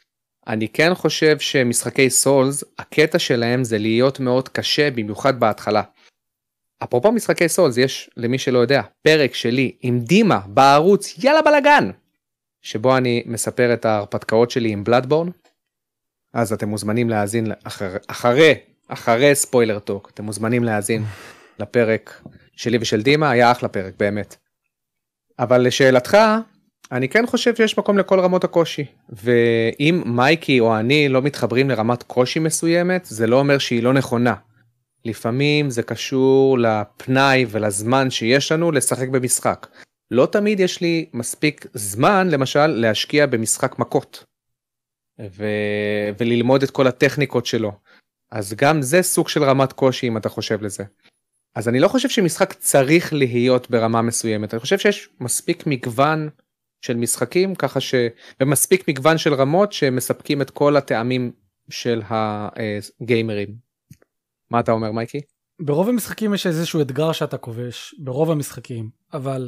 אני כן חושב שמשחקי סולס, הקטע שלהם זה להיות מאוד קשה, במיוחד בהתחלה. אפרופו משחקי סולס, יש למי שלא יודע, פרק שלי עם דימה בערוץ יאללה בלגן, שבו אני מספר את ההרפתקאות שלי עם בלאדבורן, אז אתם מוזמנים להאזין אחרי, אחרי, אחרי ספוילר טוק, אתם מוזמנים להאזין לפרק שלי ושל דימה, היה אחלה פרק באמת. אבל לשאלתך, אני כן חושב שיש מקום לכל רמות הקושי, ואם מייקי או אני לא מתחברים לרמת קושי מסוימת, זה לא אומר שהיא לא נכונה. לפעמים זה קשור לפנאי ולזמן שיש לנו לשחק במשחק. לא תמיד יש לי מספיק זמן, למשל, להשקיע במשחק מכות, ו... וללמוד את כל הטכניקות שלו. אז גם זה סוג של רמת קושי, אם אתה חושב לזה. אז אני לא חושב שמשחק צריך להיות ברמה מסוימת, אני חושב שיש מספיק מגוון של משחקים, ככה ש... ומספיק מגוון של רמות שמספקים את כל הטעמים של הגיימרים. מה אתה אומר, מייקי?
ברוב המשחקים יש איזשהו אתגר שאתה כובש, ברוב המשחקים, אבל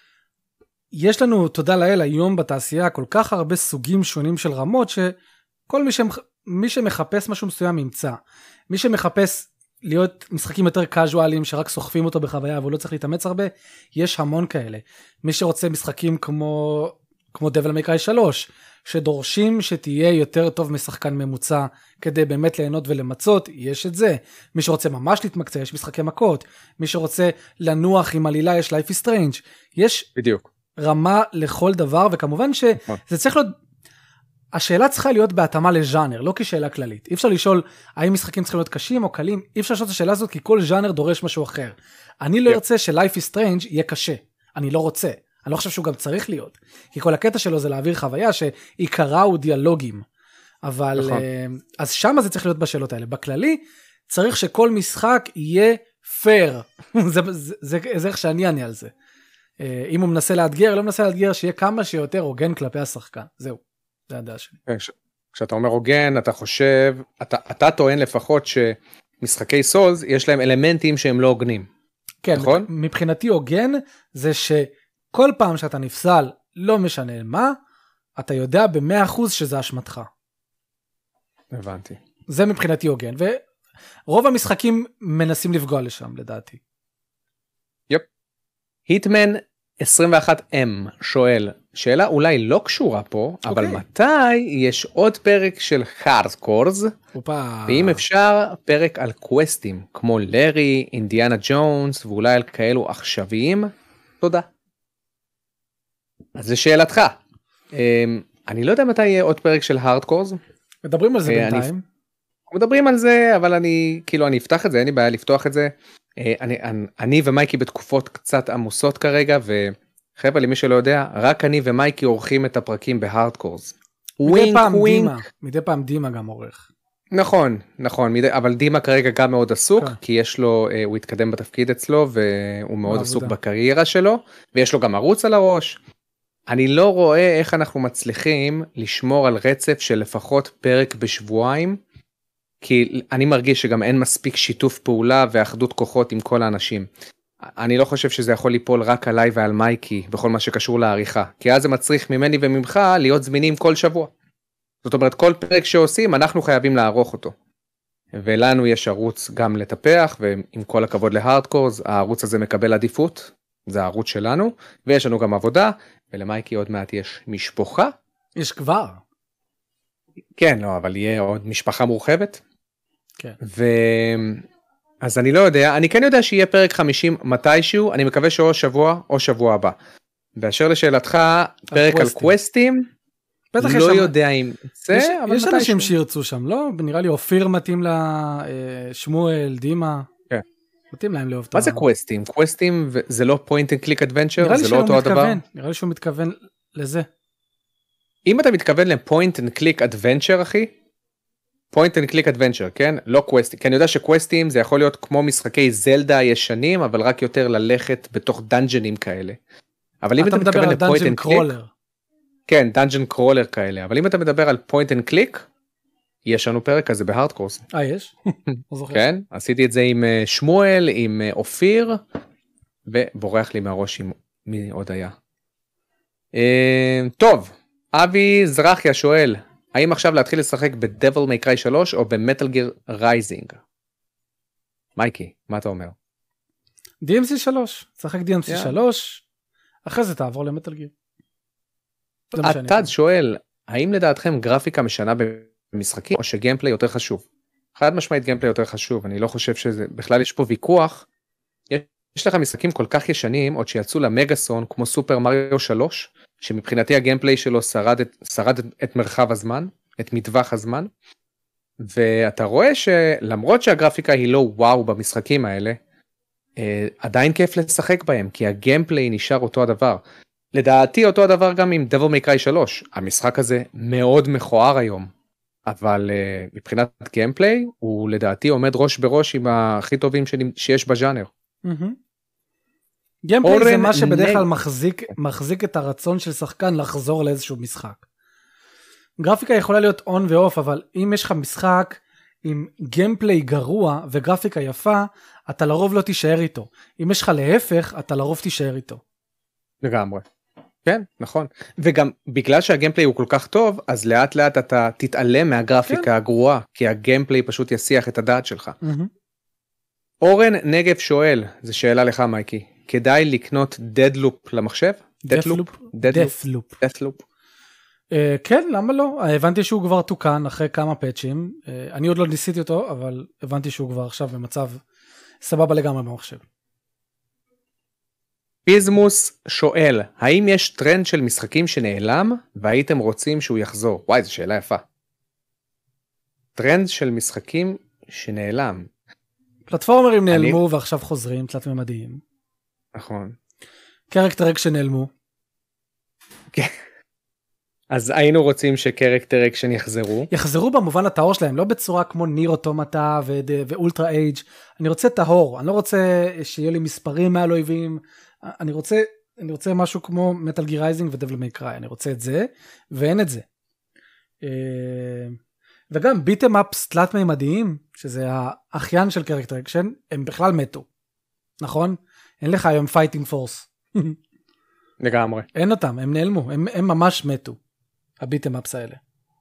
יש לנו, תודה לאל, היום בתעשייה כל כך הרבה סוגים שונים של רמות, שכל מי, שמח... מי שמחפש משהו מסוים ימצא. מי שמחפש להיות משחקים יותר קאזואליים, שרק סוחפים אותו בחוויה, והוא לא צריך להתאמץ הרבה, יש המון כאלה. מי שרוצה משחקים כמו, כמו Devil May Cry שלוש, שדורשים שתהיה יותר טוב משחקן ממוצע, כדי באמת ליהנות ולמצות, יש את זה. מי שרוצה ממש להתמקצע, יש משחקי מכות. מי שרוצה לנוח עם עלילה, יש Life is Strange. יש
בדיוק.
רמה לכל דבר, וכמובן שזה צריך להיות, השאלה צריכה להיות בהתאמה לז'אנר, לא כשאלה כללית. אי אפשר לשאול האם משחקים צריכים להיות קשים או קלים, אי אפשר לשאול את השאלה הזאת, כי כל ז'אנר דורש משהו אחר. אני לא ארצה ש-Life is Strange יהיה קשה. אני לא רוצה. אני לא חושב שהוא גם צריך להיות. כי כל הקטע שלו זה להעביר חוויה שעיקרה הוא דיאלוגים. אבל, אז שם זה צריך להיות בשאלות האלה. בכללי, צריך שכל משחק יהיה פייר. זה, זה, זה, זה איך שאני אענה על זה. אם הוא מנסה לאתגר, לא מנסה לאתגר, שיהיה כמה שיותר הוגן כלפי השחקן. זהו. זה הדעה שלי.
כשאתה אומר הוגן, אתה חושב, אתה, אתה טוען לפחות שמשחקי סולס, יש להם אלמנטים שהם לא הוגנים.
כן,
נכון?
מבחינתי הוגן, זה שכל פעם שאתה נפסל, לא משנה מה, אתה יודע במאה אחוז שזה אשמתך.
הבנתי.
זה מבחינתי הוגן, ורוב המשחקים מנסים לפגוע לשם, לדעתי.
יופ. היטמן עשרים ואחת אם שואל, שאלה אולי לא קשורה פה, okay. אבל מתי יש עוד פרק של הארדקורס, ואם אפשר פרק על קווסטים, כמו לארי, אינדיאנה ג'ונס, ואולי על כאלו עכשוויים? תודה. אז זו שאלתך. אני לא יודע מתי יהיה עוד פרק של הארדקורס.
מדברים על זה בינתיים.
מדברים על זה, אבל אני, כאילו, אני אפתח את זה, אין לי בעיה לפתוח את זה. אני, אני, אני ומייקי בתקופות קצת עמוסות כרגע, וחבר'ה, למי שלא יודע, רק אני ומייקי עורכים את הפרקים בהארדקורס.
מדי פעם דימה, מדי פעם דימה גם עורך.
נכון, נכון, מדי, אבל דימה כרגע גם מאוד עסוק, כן. כי יש לו, הוא התקדם בתפקיד אצלו, והוא מאוד בעבודה. עסוק בקריירה שלו, ויש לו גם ערוץ על הראש. אני לא רואה איך אנחנו מצליחים לשמור על רצף של לפחות פרק בשבועיים, כי אני מרגיש שגם אין מספיק שיתוף פעולה ואחדות כוחות עם כל האנשים. אני לא חושב שזה יכול ליפול רק עליי ועל מייקי בכל מה שקשור לעריכה, כי אז זה מצריך ממני וממך להיות זמינים כל שבוע. זאת אומרת, כל פרק שעושים אנחנו חייבים לערוך אותו. ולנו יש ערוץ גם לטפח, ועם כל הכבוד להארדקורס, הערוץ הזה מקבל עדיפות, זה הערוץ שלנו, ויש לנו גם עבודה, ולמייקי עוד מעט יש משפחה.
יש כבר.
כן, לא, אבל יהיה עוד משפחה מורחבת.
כן.
ו... אז אני לא יודע, אני כן יודע שיהיה פרק חמישים מתישהו, אני מקווה שאו שבוע או שבוע הבא. באשר לשאלתך, פרק על קווסטים, לא יודע אם זה,
אבל יש אנשים שירצו שם, לא? נראה לי אופיר מתאים לשמואל, דימה.
כן.
מתאים להם לאהוב.
מה זה קווסטים? קווסטים זה לא פוינט אנד קליק אדוונצ'ר? זה לא אותו הדבר?
נראה לי שהוא מתכוון לזה.
אם אתה מתכוון לפוינט אנד קליק אדוונצ'ר, אחי, פוינט אנד קליק אדוונצ'ר, כן? לא קווסטים. כי אני יודע שקווסטים זה יכול להיות כמו משחקי זלדה ישנים, אבל רק יותר ללכת בתוך דנג'נים כאלה. אבל אם אתה מתכוון לפוינט אנד קליק, כן, דנג'ן קרולר כאלה. אבל אם אתה מדבר על פוינט אנד קליק, יש לנו פרק כזה בהארדקורס.
אה, יש?
כן, עשיתי את זה עם שמואל, עם אופיר, ובורח לי מהראש עם מי עוד היה. טוב, אבי זרחיה שואל, האם עכשיו להתחיל לשחק ב-Devil May Cry שלוש או ב-Metal Gear Rising? מייקי, מה אתה אומר?
די אם סי שלוש, שחק די אם סי שלוש, אחרי זה תעבור למטל גיר.
עתד שואל, האם לדעתכם גרפיקה משנה במשחקים או שגיימפליי יותר חשוב? חד משמעית גיימפליי יותר חשוב, אני לא חושב שזה, בכלל יש פה ויכוח. יש לך משחקים כל כך ישנים, עוד שיצאו למגאסון כמו סופר מריו שלוש, שמבחינתי הגיימפליי שלו שרד את, שרד את, את מרחב הזמן, את מטווח הזמן, ואתה רואה שלמרות שהגרפיקה היא לא וואו במשחקים האלה, אה, עדיין כיף לשחק בהם, כי הגיימפליי נשאר אותו הדבר. לדעתי אותו הדבר גם עם Devil May Cry שלוש, המשחק הזה מאוד מכוער היום, אבל אה, מבחינת גיימפליי, הוא לדעתי עומד ראש בראש עם הכי טובים שיש בז'אנר.
גיימפליי זה מה שבדרך כלל מחזיק, מחזיק את הרצון של שחקן לחזור לאיזשהו משחק. גרפיקה יכולה להיות און ואוף, אבל אם יש לך משחק עם גיימפליי גרוע וגרפיקה יפה, אתה לרוב לא תישאר איתו. אם יש לך להפך, אתה לרוב תישאר איתו.
לגמרי. כן, נכון. וגם בגלל שהגיימפליי הוא כל כך טוב, אז לאט לאט אתה תתעלם מהגרפיקה כן. הגרועה, כי הגיימפליי פשוט יסיח את הדעת שלך. Mm-hmm. אורן נגב שואל, זו שאלה לך מייקי, כדאי לקנות דדלופ למחשב?
דדלופ? דדלופ.
דדלופ.
כן, למה לא? הבנתי שהוא כבר תוקן אחרי כמה פאצ'ים, אני עוד לא ניסיתי אותו, אבל הבנתי שהוא כבר עכשיו במצב סבבה לגמרי במחשב.
פיזמוס שואל, האם יש טרנד של משחקים שנעלם, והייתם רוצים שהוא יחזור? וואי, זו שאלה יפה. טרנד של משחקים שנעלם.
פלטפורמרים נעלמו אני... ועכשיו חוזרים, תלת ממדיים.
נכון.
קרקטר אקשן נעלמו.
כן. אז היינו רוצים שקרקטר אקשן יחזרו.
יחזרו במובן הטהור שלהם, לא בצורה כמו ניר אוטומטה ואולטרה אייג'. אני רוצה טהור, אני לא רוצה שיהיו לי מספרים מעל אויבים, אני רוצה, אני רוצה משהו כמו מטל גיר רייזינג ודבל מיי קריי, אני רוצה את זה, ואין את זה. וגם ביטם אפס תלת מימדיים, שזה האחיין של קרקטר אקשן, הם בכלל מתו. נכון? אין לך היום פייטינג פורס.
לגמרי.
אין אותם, הם נעלמו, הם, הם ממש מתו. הביטם אפס האלה.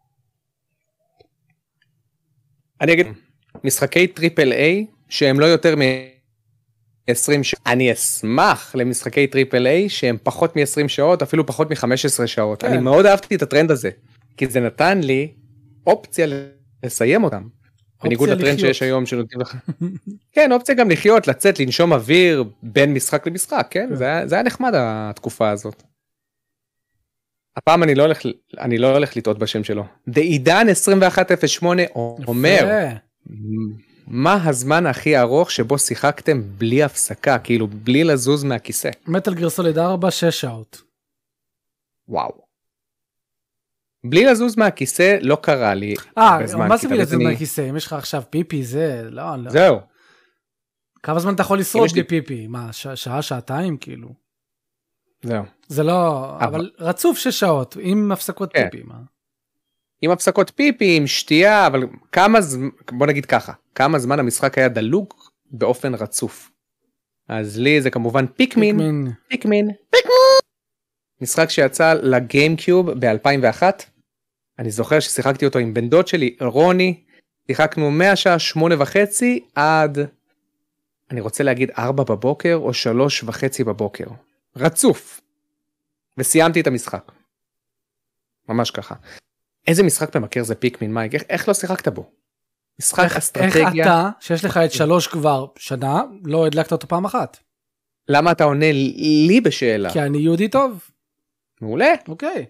אני אגיד, משחקי טריפל איי, שהם לא יותר מ-עשרים שעות, אני אשמח למשחקי טריפל איי, שהם פחות מ-עשרים שעות, אפילו פחות מ-חמש עשרה שעות. כן. אני מאוד אהבתי את הטרנד הזה, כי זה נתן לי אופציה לסיים אותם. בניגוד לטרנד שיש היום שנותנים לך. כן, אופציה גם לחיות, לצאת, לנשום אוויר בין משחק למשחק, כן? כן. זה, היה, זה היה נחמד התקופה הזאת. הפעם אני לא הולך, אני לא הולך לטעות בשם שלו. דעידן עשרים ואחת אפס שמונה אומר, מה הזמן הכי ארוך שבו שיחקתם בלי הפסקה, כאילו בלי לזוז מהכיסא?
מטל גיר סוליד ארבע, שש שעות.
וואו. בלי לזוז מהכיסא לא קרה לי.
אה, מה זה בלי לזוז מהכיסא? אם יש לך עכשיו פיפי, זה לא, לא.
זהו.
כמה זמן אתה יכול לשרוד בלי פיפי? מה, שעה, שעתיים כאילו?
זהו.
זה לא, אבל רצוף שש שעות, עם הפסקות פיפי, מה?
עם הפסקות פיפי, עם שתייה, אבל כמה זמן, בוא נגיד ככה, כמה זמן המשחק היה דלוג באופן רצוף. אז לי זה כמובן פיקמין, פיקמין, פיקמין. משחק שיצא לגיימקיוב ב-אלפיים ואחת. אני זוכר ששיחקתי אותו עם בן דוד שלי, רוני. שיחקנו מהשעה שמונה וחצי עד, אני רוצה להגיד ארבע בבוקר או שלוש וחצי בבוקר. רצוף. וסיימתי את המשחק. ממש ככה. איזה משחק במכר זה פיקמין, מייק? איך, איך לא שיחקת בו? משחק איך, אסטרטגיה.
איך אתה, שיש לך את שלוש כבר שנה, לא הדלקת אותו פעם אחת?
למה אתה עונה לי בשאלה?
כי אני יהודי טוב.
מעולה.
אוקיי.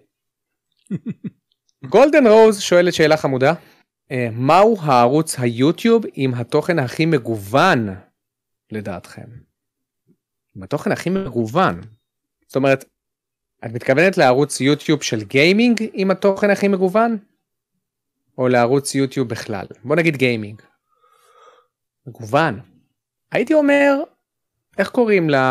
גולדן רוז שואלת שאלה חמודה. מהו הערוץ היוטיוב עם התוכן הכי מגוון לדעתכם? עם התוכן הכי מגוון. זאת אומרת, את מתכוונת לערוץ יוטיוב של גיימינג עם התוכן הכי מגוון? או לערוץ יוטיוב בכלל? בוא נגיד גיימינג. מגוון. הייתי אומר, איך קוראים ל...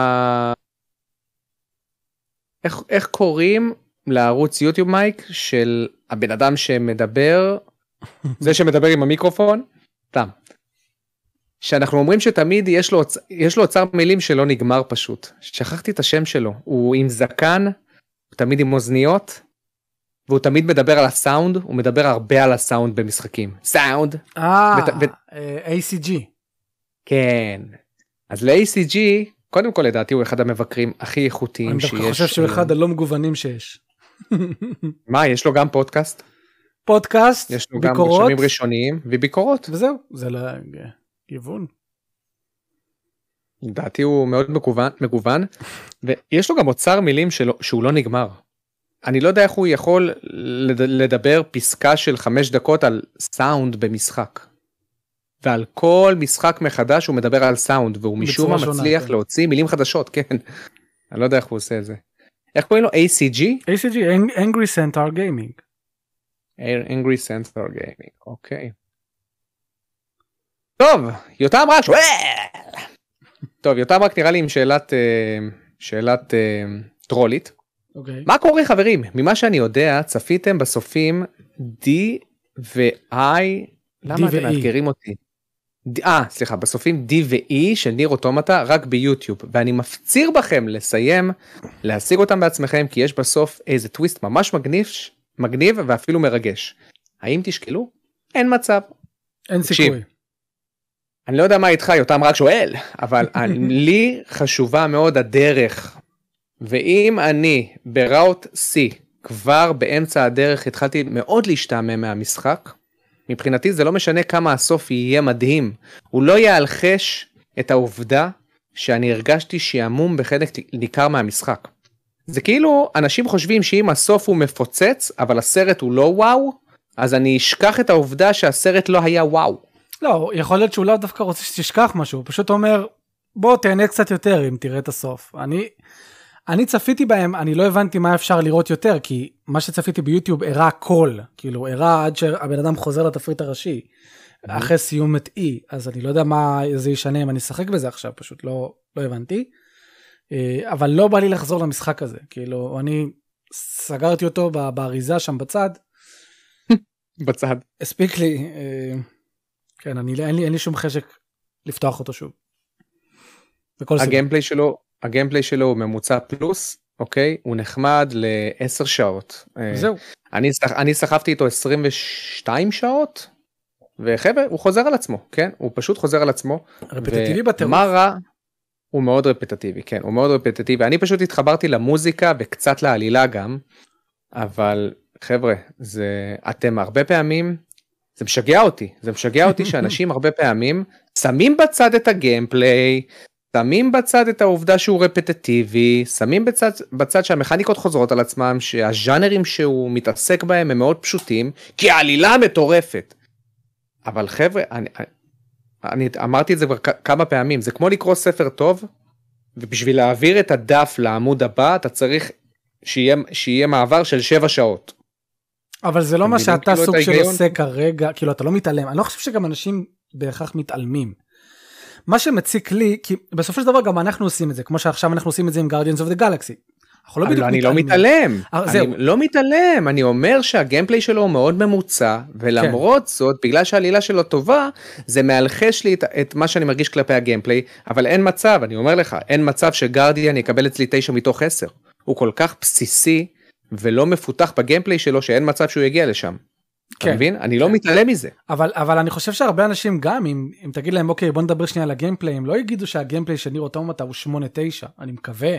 איך, איך קוראים לערוץ יוטיוב מייק של הבן אדם שמדבר, זה שמדבר עם המיקרופון? סתם. שאנחנו אומרים שתמיד יש לו, יש לו אוצר מילים שלא נגמר פשוט. שכחתי את השם שלו. הוא עם זקן, הוא תמיד עם אוזניות, והוא תמיד מדבר על הסאונד, הוא מדבר הרבה על הסאונד במשחקים. סאונד.
אה, איי סי ג'י.
כן. אז ל-איי סי ג'י, קודם כל לדעתי הוא אחד המבקרים הכי איכותיים שיש.
אני דווקא חושב שהוא אחד הלא מגוונים שיש.
מה, יש לו גם פודקאסט?
פודקאסט,
יש לו ביקורות. גם רשמים ראשוניים וביקורות.
וזהו, זה לגיוון.
לדעתי הוא מאוד מגוון, מגוון, ויש לו גם אוצר מילים שלו, שהוא לא נגמר. אני לא יודע איך הוא יכול לדבר פסקה של חמש דקות על סאונד במשחק. ועל כל משחק מחדש הוא מדבר על סאונד, והוא משום מה מצליח כן. להוציא מילים חדשות, כן. אני לא יודע איך הוא עושה את זה. איך קוראים לו? איי סי ג'י?
איי סי ג'י, Angry Centaur Gaming.
Angry Centaur Gaming, אוקיי. טוב, יותם רק שואל! טוב, יותם רק נראה לי עם שאלת, שאלת טרולית.
אוקיי.
מה קורה חברים? ממה שאני יודע, צפיתם בסופים D ו-I, למה אתם מאתגרים אותי? אה, סליחה, בסופים D ו-E של ניר אוטומטה רק ביוטיוב, ואני מפציר בכם לסיים, להשיג אותם בעצמכם, כי יש בסוף איזה טוויסט ממש מגניב, מגניב ואפילו מרגש. האם תשקלו? אין מצב.
אין סיכוי.
אני לא יודע מה איתך, יותם רק שואל, אבל לי חשובה מאוד הדרך, ואם אני בראוט C, כבר באמצע הדרך התחלתי מאוד להשתעמם מהמשחק, מבחינתי זה לא משנה כמה הסוף יהיה מדהים, הוא לא יאלחש את העובדה שאני הרגשתי שעמום בחלק ניכר מהמשחק. זה כאילו אנשים חושבים שאם הסוף הוא מפוצץ, אבל הסרט הוא לא וואו, אז אני אשכח את העובדה שהסרט לא היה וואו.
לא, יכול להיות שהוא לא דווקא רוצה שתשכח משהו, הוא פשוט אומר, בוא תהנה קצת יותר אם תראה את הסוף. אני, אני צפיתי בהם, אני לא הבנתי מה אפשר לראות יותר, כי מה שצפיתי ביוטיוב הראה הכל, כאילו הראה עד שהבן אדם חוזר לתפריט הראשי, אחרי סיום את E, אז אני לא יודע מה זה ישנה אם אני אשחק בזה עכשיו, פשוט לא, לא הבנתי, אבל לא בא לי לחזור למשחק הזה, כאילו אני סגרתי אותו באריזה שם בצד,
בצד.
הספיק לי, כן, אני, אין לי, אין לי שום חשק לפתוח אותו שוב.
הגיימפליי שלו, הגיימפליי שלו הוא ממוצע פלוס, אוקיי? הוא נחמד ל-עשר שעות.
זהו.
אני, אני שחפתי איתו עשרים ושתיים שעות, וחבר, הוא חוזר על עצמו, כן? הוא פשוט חוזר על עצמו.
רפטטיבי בטירוף.
מה רע? הוא מאוד רפטטיבי, כן, הוא מאוד רפטטיבי. אני פשוט התחברתי למוזיקה וקצת לעלילה גם, אבל חבר'ה, זה, אתם הרבה פעמים, זה משגע אותי, זה משגע אותי שאנשים הרבה פעמים שמים בצד את הגיימפליי, שמים בצד את העובדה שהוא רפטטיבי, שמים בצד, בצד שהמכניקות חוזרות על עצמם, שהז'אנרים שהוא מתעסק בהם הם מאוד פשוטים, כי העלילה מטורפת. אבל חבר'ה, אני, אני אמרתי את זה כבר כמה פעמים, זה כמו לקרוא ספר טוב, ובשביל להעביר את הדף לעמוד הבא, אתה צריך שיהיה, שיהיה מעבר של שבע שעות.
אבל זה לא מה שאתה סוג של עושה כרגע, כאילו אתה לא מתעלם, אני לא חושב שגם אנשים בהכרח מתעלמים. מה שמציק לי, כי בסופו של דבר גם אנחנו עושים את זה, כמו שעכשיו אנחנו עושים את זה עם Guardians of the Galaxy.
אני לא מתעלם, אני לא מתעלם, אני אומר שהגיימפליי שלו הוא מאוד ממוצע, ולמרות זאת, בגלל שהעלילה שלו טובה, זה מאלחש לי את מה שאני מרגיש כלפי הגיימפליי, אבל אין מצב, אני אומר לך, אין מצב שגרדיאן יקבל אצלי תשע מתוך עשר. הוא כל כך בסיסי, ולא מפותח בגיימפליי שלו, שאין מצב שהוא יגיע לשם. אתה מבין? אני לא מתעלם מזה.
אבל, אבל אני חושב שהרבה אנשים גם, אם, אם תגיד להם, אוקיי, בוא נדבר שנייה על הגיימפליי, הם לא יגידו שהגיימפליי של ניר אוטומטה הוא שמונה תשע, אני מקווה.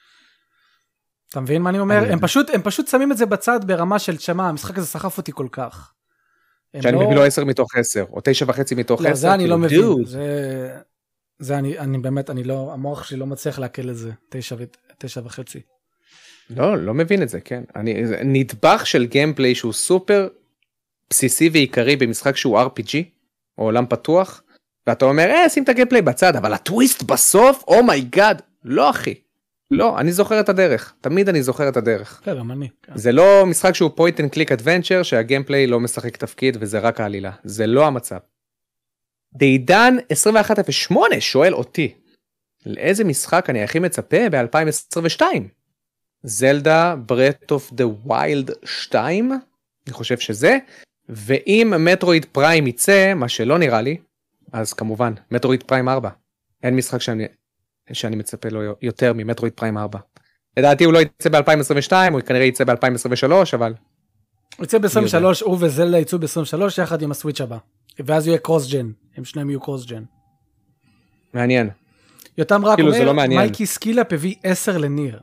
אתה מבין מה אני אומר? הם פשוט, הם פשוט שמים את זה בצד ברמה של שמה, המשחק הזה סחף אותי כל כך.
שאני מביא לו עשר מתוך עשר, או תשע וחצי מתוך עשר.
לא, זה אני לא מבין. זה, זה אני, אני באמת, אני לא, המוח שלי לא מצליח להקל את זה, תשע וחצי.
לא, לא מבין את זה, כן. אני, נדבך של גיימפליי שהוא סופר בסיסי ועיקרי במשחק שהוא אר פי ג'י, או עולם פתוח, ואתה אומר, אה, שים את הגיימפליי בצד, אבל הטוויסט בסוף, אומייגאד, לא אחי. לא, אני זוכר את הדרך, תמיד אני זוכר את הדרך.
כן, גם אני.
זה לא משחק שהוא point and click adventure, שהגיימפליי לא משחק תפקיד, וזה רק העלילה. זה לא המצב. דיידן עשרים ואחת אפס שמונה שואל אותי, לאיזה משחק אני הכי מצפה ב-אלפיים עשרים ושתיים? זלדה ברט אוף דה ווילד שתיים? אני חושב שזה. ואם מטרואיד פריים יצא, מה שלא נראה לי, אז כמובן, מטרואיד פריים ארבע. אין משחק שאני... שאני מצפה לו יותר ממטרואיד פריים ארבע. לדעתי הוא לא יצא ב-אלפיים עשרים ושתיים, הוא כנראה יצא ב-אלפיים עשרים ושלוש, אבל
הוא יצא ב-עשרים ושלוש, הוא וזלדה יצאו ב-עשרים ושלוש יחד עם הסוויץ' הבא. ואז יהיה קרוס ג'ן, הם שניהם יהיו קרוס ג'ן.
מעניין.
יותם רק אומר, מייקי סקילאפ הביא עשר לניר.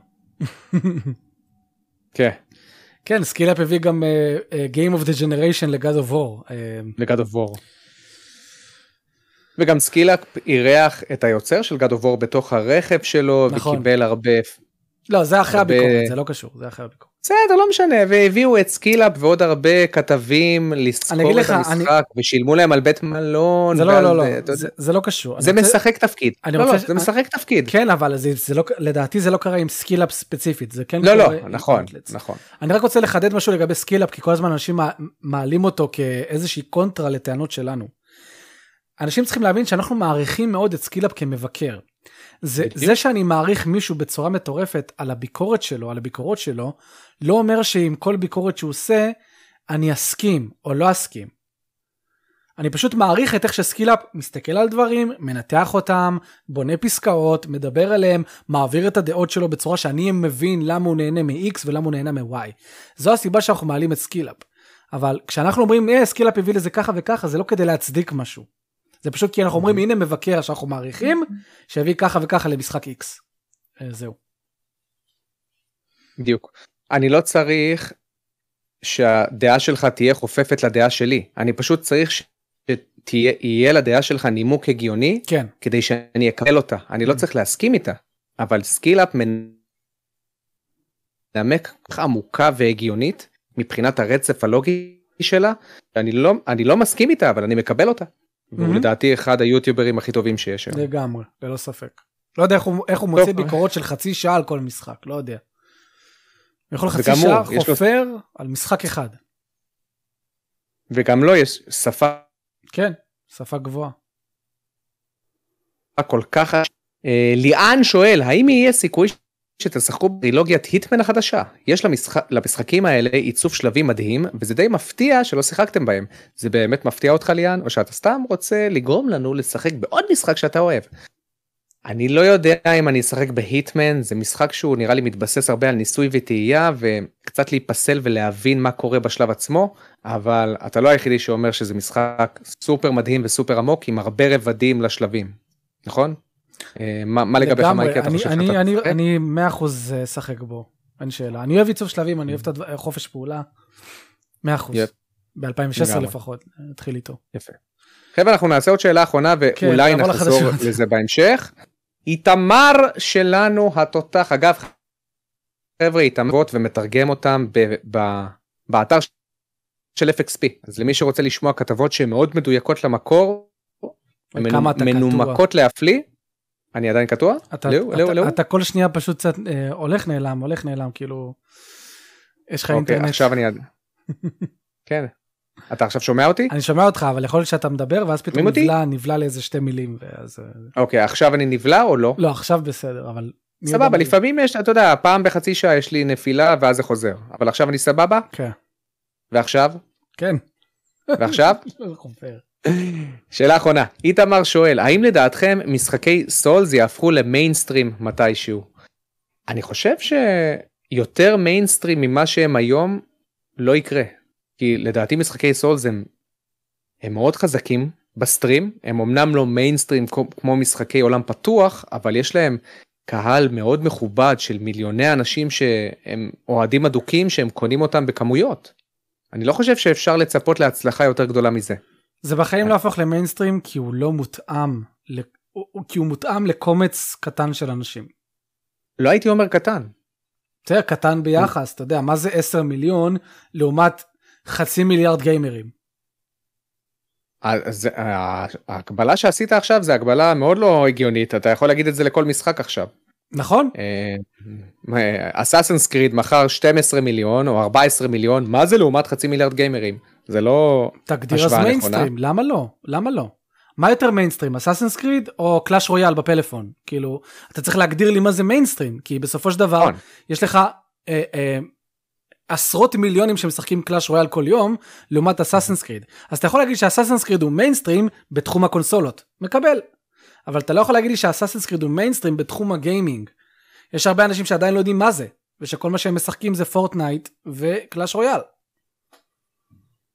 כן.
כן, סקילאפ הביא גם Game of the Generation לגד of War.
לגד of War. וגם סקילאפ אירח את היוצר של God of War בתוך הרכב שלו, וקיבל הרבה...
לא, זה אחרי הביקורת, זה לא קשור, זה אחרי הביקורת.
בסדר, לא משנה, והביאו את סקילאפ ועוד הרבה כתבים לסקור את המשחק, ושילמו להם על בית מלון.
זה לא, לא, לא, זה לא קשור.
זה משחק תפקיד. לא, לא, זה משחק תפקיד.
כן, אבל לדעתי זה לא קרה עם סקילאפ ספציפית, זה כן...
לא, לא, נכון, נכון.
אני רק רוצה לחדד משהו לגבי סקילאפ, כי כל הזמן אנשים מעלים אותו כאיזושהי קונטרה לטענות שלנו. אנשים צריכים להבין שאנחנו מעריכים מאוד את סקילאפ כמבקר. זה, זה שאני מעריך מישהו בצורה מטורפת על הביקורת שלו, על הביקורות שלו, לא אומר שעם כל ביקורת שהוא עושה, אני אסכים או לא אסכים. אני פשוט מעריך את איך שסקילאפ מסתכל על דברים, מנתח אותם, בונה פסקאות, מדבר עליהם, מעביר את הדעות שלו בצורה שאני מבין למה הוא נהנה מ-X ולמה הוא נהנה מ-Y. זו הסיבה שאנחנו מעלים את סקילאפ. אבל כשאנחנו אומרים, אה, סקילאפ הביא לזה ככה וככה, זה לא כדי להצדיק משהו. זה פשוט כי אנחנו אומרים, הנה מבקר שאנחנו מעריכים, שהביא ככה וככה למשחק X. זהו.
בדיוק. אני לא צריך שהדעה שלך תהיה חופפת לדעה שלי. אני פשוט צריך שיהיה לדעה שלך נימוק הגיוני,
כן.
כדי שאני אקבל אותה. אני לא צריך להסכים איתה. אבל סקילאפ מנמק עמוקה והגיונית, מבחינת הרצף הלוגי שלה, אני לא, אני לא מסכים איתה, אבל אני מקבל אותה. והוא לדעתי אחד היוטיוברים הכי טובים שיש.
לגמרי, ללא ספק. לא יודע איך הוא מוציא ביקורות של חצי שעה על כל משחק, לא יודע. הוא יכול חצי שעה חופר על משחק אחד.
וגם לו יש שפה.
כן, שפה גבוהה.
כל כך... ליאן שואל, האם יהיה סיכוי שתשחקו בטרילוגיית היטמן החדשה? יש למשחק, למשחקים האלה עיצוב שלבים מדהים, וזה די מפתיע שלא שיחקתם בהם. זה באמת מפתיע אותך ליאן, או שאתה סתם רוצה לגרום לנו לשחק בעוד משחק שאתה אוהב? אני לא יודע אם אני אשחק בהיטמן, זה משחק שהוא נראה לי מתבסס הרבה על ניסוי וטעייה, וקצת להיפסל ולהבין מה קורה בשלב עצמו, אבל אתה לא היחידי שאומר שזה משחק סופר מדהים וסופר עמוק, עם הרבה רבדים לשלבים, נכון? מה, מה לגביך, מייקי, אתה חושב שאתה
תשחק? אני מאה אחוז שחק בו, אין שאלה. אני אוהב עיצוב שלבים, אני אוהב את חופש פעולה, מאה אחוז. ב-אלפיים ושש עשרה לפחות, נתחיל איתו.
יפה. חבר'ה, אנחנו נעשה עוד שאלה אחרונה, ואולי נחזור לזה בהמשך. איתמר שלנו התותח, אגב, חבר'ה, איתמרות ומתרגם אותם באתר של אף אקס פי. אז למי שרוצה לשמוע כתבות שהן מאוד מדויקות למקור, מנומקות להפליא, אני עדיין קטוע?
אתה, לאו, אתה, לאו, לאו. אתה כל שנייה פשוט קצת אה, הולך נעלם, הולך נעלם, כאילו, יש לך אוקיי, אינטרנט.
עכשיו אני... כן. אתה עכשיו שומע אותי?
אני שומע אותך, אבל יכול להיות שאתה מדבר, ואז פתאום נבלה, נבלה לאיזה שתי מילים. ואז...
אוקיי, עכשיו אני נבלה או לא?
לא, עכשיו בסדר, אבל...
סבבה, לפעמים יש, אתה יודע, פעם בחצי שעה יש לי נפילה, ואז זה חוזר. אבל עכשיו אני סבבה?
כן.
ועכשיו?
כן.
ועכשיו? שאלה אחרונה, איתמר שואל, האם לדעתכם משחקי סולס יהפכו למיינסטרים מתישהו? אני חושב שיותר מיינסטרים ממה שהם היום לא יקרה. כי לדעתי משחקי סולס הם, הם מאוד חזקים בסטרים, הם אמנם לא מיינסטרים כמו משחקי עולם פתוח, אבל יש להם קהל מאוד מכובד של מיליוני אנשים שהם אוהדים אדוקים שהם קונים אותם בכמויות. אני לא חושב שאפשר לצפות להצלחה יותר גדולה מזה.
זה בחיים לא הפוך למיינסטרים כי הוא לא מותאם, כי הוא מותאם לקומץ קטן של אנשים.
לא הייתי אומר קטן.
תראה, קטן ביחס, אתה יודע, מה זה עשרה מיליון לעומת חצי מיליארד גיימרים?
אז ההקבלה שעשית עכשיו זה הקבלה מאוד לא הגיונית, אתה יכול להגיד את זה לכל משחק עכשיו.
נכון.
אסאסינס קריד מחר שנים עשר מיליון או ארבעה עשר מיליון, מה זה לעומת חצי מיליארד גיימרים? זה לא
תגדיר אז מיינסטרים, למה לא? למה לא? מה יותר מיינסטרים, אסאסינס קריד או קלאש רויאל בפלאפון? כאילו, אתה צריך להגדיר לי מה זה מיינסטרים, כי בסופו של דבר יש לך אה, אה, עשרות מיליונים שמשחקים קלאש רויאל כל יום, לעומת אסאסינס קריד. אז אתה יכול להגיד שאסאסינס קריד הוא מיינסטרים בתחום הקונסולות, מקבל. אבל אתה לא יכול להגיד לי שאסאסינס קריד הוא מיינסטרים בתחום הגיימינג. יש הרבה אנשים שעדיין לא יודעים מה זה, ושכל מה שהם משחקים זה פורטנייט וקלאש רויאל.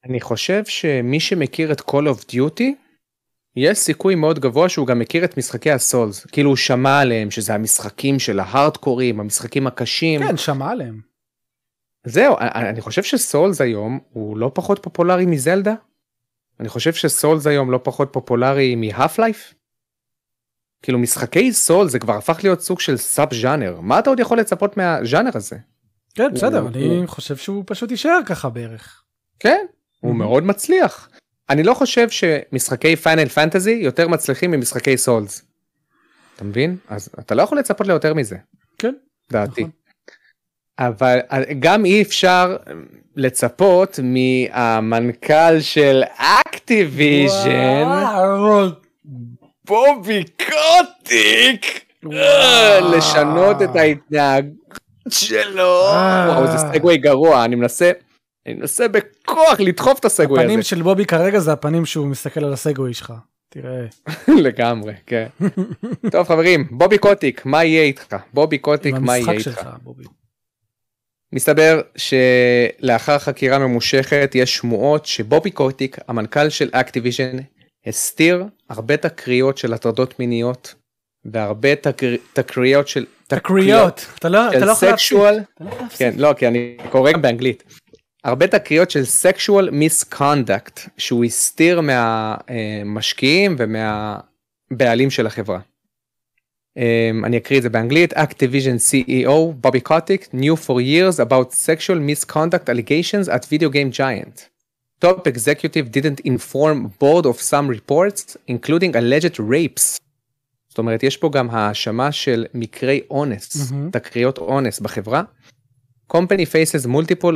אני חושב שמי שמכיר את Call of Duty, יש סיכוי מאוד גבוה שהוא גם מכיר את משחקי הסולס, כאילו הוא שמע עליהם, שזה המשחקים של ההארדקורים, המשחקים הקשים.
כן, שמע עליהם.
זהו, אני חושב שסולס היום הוא לא פחות פופולרי מזלדה. אני חושב שסולס היום לא פחות פופולרי מהאף לייף. כאילו משחקי סולס זה כבר הפך להיות סוג של סאב ז'אנר. מה אתה עוד יכול לצפות מהז'אנר הזה?
כן, בסדר, אני חושב שהוא פשוט יישאר ככה בערך.
כן, הוא מאוד מצליח. אני לא חושב שמשחקי פיינל פנטזי יותר מצליחים ממשחקי סולס. אתה מבין? אז אתה לא יכול לצפות ליותר מזה.
כן.
דעתי. אבל גם אי אפשר לצפות מהמנכ"ל של אקטיביז'ן, בובי קוטיק, לשנות את ההתנהגות שלו. וואו, זה סגווי גרוע, אני מנסה, אני מנסה בכוח לדחוף את הסגווי הזה.
הפנים של בובי כרגע זה הפנים שהוא מסתכל על הסגווי שלך, תראה.
לגמרי, כן. טוב חברים, בובי קוטיק, מה יהיה איתך? בובי קוטיק, מה יהיה איתך?
שלך, בובי.
מסתבר שלאחר חקירה ממושכת יש שמועות שבובי קוטיק, המנכ"ל של אקטיביז'ן, הסתיר הרבה תקריות של הטרדות מיניות, והרבה תקריות של...
תקריות, אתה לא יכול להפסיק.
כן, לא, כי אני קורא גם באנגלית. הרבה תקריות של sexual misconduct, שהוא הסתיר מהמשקיעים ומהבעלים של החברה. Um, אני אקריא את זה באנגלית. Activision סי אי או Bobby Kotick knew for years about sexual misconduct allegations at video game giant. Top executive didn't inform board of some reports, including alleged rapes. זאת אומרת, יש פה גם האשמה של מקרי אונס, mm-hmm. תקריות אונס בחברה. Company faces multiple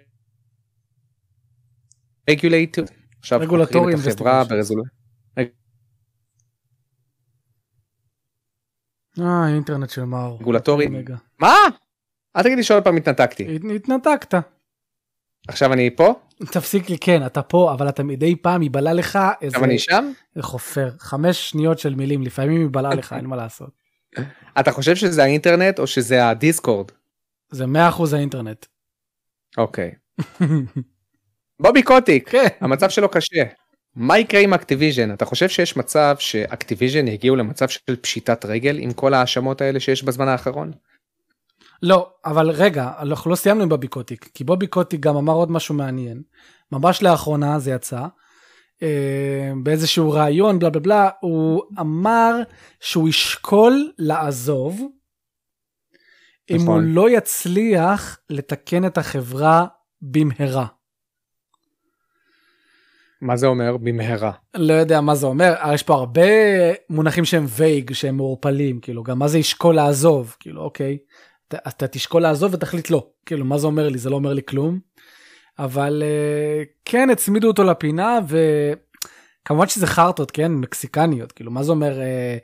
regulated. עכשיו חוקרים את החברה ברזולוציה.
אה, האינטרנט של מאור.
רגולטורי. מה? אל תגיד לי שעוד פעם התנתקתי.
התנתקת.
עכשיו אני פה?
תפסיק לי, כן, אתה פה, אבל אתה מדי פעם יבלה לך איזה...
עכשיו אני שם?
חופר. חמש שניות של מילים, לפעמים יבלה לך, אין מה לעשות.
אתה חושב שזה האינטרנט או שזה הדיסקורד?
זה מאה אחוז האינטרנט.
אוקיי. בובי קוטיק, המצב שלו קשה. מה יקרה עם אקטיביז'ן? אתה חושב שיש מצב שאקטיביז'ן יגיעו למצב של פשיטת רגל עם כל האשמות האלה שיש בזמן האחרון?
לא, אבל רגע, אנחנו לא סיימנו עם בובי קוטיק, כי בובי קוטיק גם אמר עוד משהו מעניין. ממש לאחרונה זה יצא, באיזשהו רעיון, בלה בלה בלה, הוא אמר שהוא ישקול לעזוב, אם הוא לא יצליח לתקן את החברה במהרה.
מה זה אומר במהרה?
לא יודע מה זה אומר, יש פה הרבה מונחים שהם וייג, שהם מעורפלים, כאילו, גם מה זה ישקול לעזוב, כאילו, אוקיי, אתה, אתה תשקול לעזוב ותחליט לא, כאילו, מה זה אומר לי? זה לא אומר לי כלום, אבל כן, הצמידו אותו לפינה, וכמובן שזה חרטות, כן, מקסיקניות, כאילו, מה זה אומר,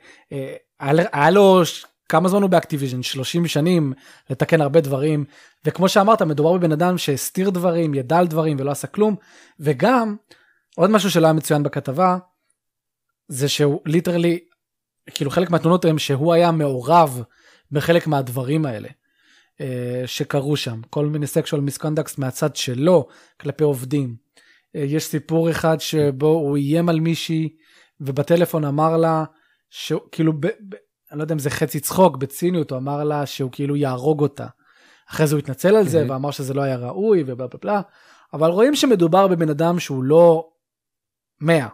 היה לו, כמה זמן הוא באקטיביז'ן? שלושים שנים, לתקן הרבה דברים, וכמו שאמרת, מדובר בבן אדם שהסתיר דברים, ידע על דברים ולא עשה כלום, וגם, עוד משהו שלא היה מצוין בכתבה, זה שהוא ליטרלי, כאילו חלק מהתלונות הם שהוא היה מעורב בחלק מהדברים האלה, שקרו שם, כל מיני sexual misconduct מהצד שלו, כלפי עובדים. יש סיפור אחד שבו הוא איים על מישהי, ובטלפון אמר לה, כאילו, ב, ב, אני לא יודע אם זה חצי צחוק, בציניות, הוא אמר לה שהוא כאילו יהרוג אותה. אחרי זה הוא התנצל על זה, ואמר שזה לא היה ראוי, ובלה בלה בלה, אבל רואים שמדובר בבן אדם שהוא לא מאה.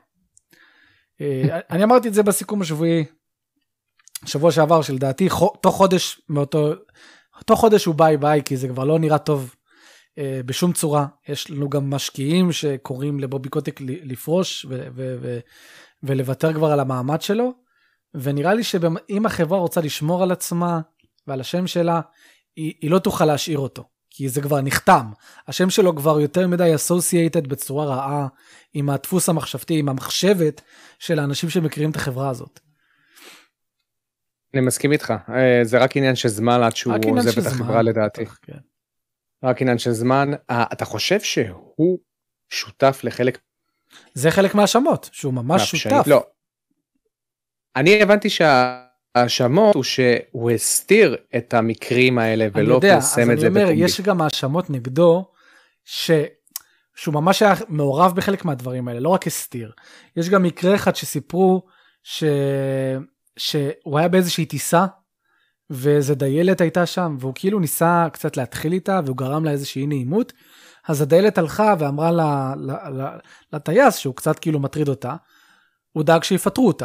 אני אמרתי את זה בסיכום השבועי, שבוע שעבר, שלדעתי, תוך חודש מאותו, תוך חודש הוא ביי ביי, כי זה כבר לא נראה טוב בשום צורה. יש לנו גם משקיעים שקוראים לבובי קוטיק לפרוש, ו- ו- ו- ולוותר כבר על המעמד שלו, ונראה לי שאם החברה רוצה לשמור על עצמה, ועל השם שלה, היא, היא לא תוכל להשאיר אותו. כי זה כבר נחתם. השם שלו כבר יותר מדי associated בצורה רעה עם הדפוס המחשבתי, עם המחשבת של האנשים שמכירים את החברה הזאת.
אני מסכים איתך. זה רק עניין של זמן עד שהוא עוזב את החברה לדעתי.
כן.
רק עניין של זמן. אתה חושב שהוא שותף לחלק...
זה חלק מהאשמות, שהוא ממש שותף.
לא. אני הבנתי שה... האשמות הוא שהוא הסתיר את המקרים האלה ולא פרסם את זה.
אני אומר, יש גם האשמות נגדו ש... שהוא ממש היה מעורב בחלק מהדברים האלה, לא רק הסתיר. יש גם מקרה אחד שסיפרו ש... שהוא היה באיזושהי טיסה, ואיזה דיילת הייתה שם, והוא כאילו ניסה קצת להתחיל איתה, והוא גרם לה איזושהי נעימות, אז הדיילת הלכה ואמרה לה, לטייס, שהוא קצת כאילו מטריד אותה, הוא דאג שיפטרו אותה.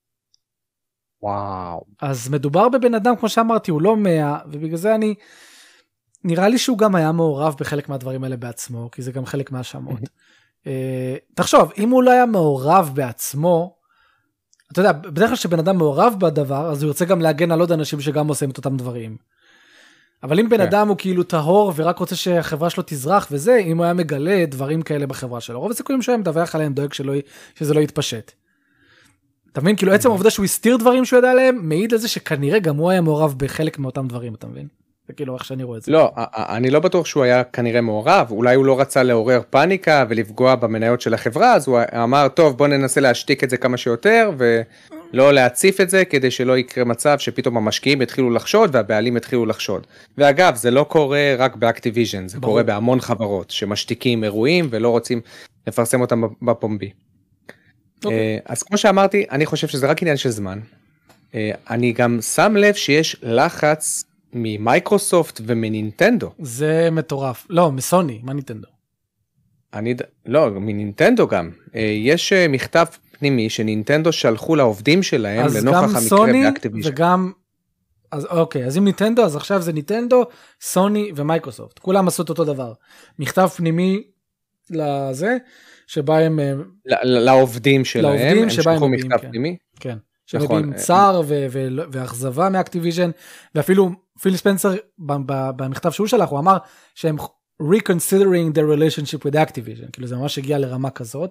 וואו.
אז מדובר בבן אדם, כמו שאמרתי, הוא לא מאה, ובגלל זה אני, נראה לי שהוא גם היה מעורב בחלק מהדברים האלה בעצמו, כי זה גם חלק מהשמות. תחשוב, אם הוא לא היה מעורב בעצמו, אתה יודע, בדרך כלל שבן אדם מעורב בדבר, אז הוא ירצה גם להגן על עוד אנשים שגם עושים את אותם דברים. אבל אם בן אדם הוא כאילו טהור, ורק רוצה שהחברה שלו תזרח וזה, אם הוא היה מגלה דברים כאלה בחברה שלו, רוב הסיכויים שהוא היה מדווח עליהם, דואג שזה לא יתפשט. אתה מבין? כאילו עצם העובדה שהוא הסתיר דברים שהוא ידע עליהם, מעיד לזה שכנראה גם הוא היה מעורב בחלק מאותם דברים, אתה מבין? זה כאילו איך שאני רואה את זה.
לא, אני לא בטוח שהוא היה כנראה מעורב, אולי הוא לא רצה לעורר פאניקה ולפגוע במניות של החברה, אז הוא אמר, טוב, בוא ננסה להשתיק את זה כמה שיותר, ולא להציף את זה, כדי שלא יקרה מצב שפתאום המשקיעים יתחילו לחשוד, והבעלים יתחילו לחשוד. ואגב, זה לא קורה רק באקטיביז'ן, זה קורה בהמון חברות, שמשתיקים אירועים ולא רוצים לפרסם אותם בפומבי. אז כמו שאמרתי, אני חושב שזה רק עניין של זמן. אני גם שם לב שיש לחץ ממייקרוסופט ומנינטנדו.
זה מטורף. לא, מסוני, מה נינטנדו?
אני, לא, מנינטנדו גם. יש מכתב פנימי שנינטנדו שלחו לעובדים שלהם לנוכח המקרה באקטיביז'ן.
וגם, אז אוקיי, אז אם נינטנדו, אז עכשיו זה נינטנדו, סוני ומייקרוסופט. כולם עשו את אותו דבר. מכתב פנימי לזה, שבה הם...
לעובדים שלהם,
לעובדים
הם שלחו מכתב
כן.
פנימי.
כן. שמביאים צער ואכזבה מאקטיביז'ן, ואפילו פיל ספנסר במכתב שהוא שלח, הוא אמר שהם reconsidering their relationship with Activision, כאילו זה ממש הגיע לרמה כזאת.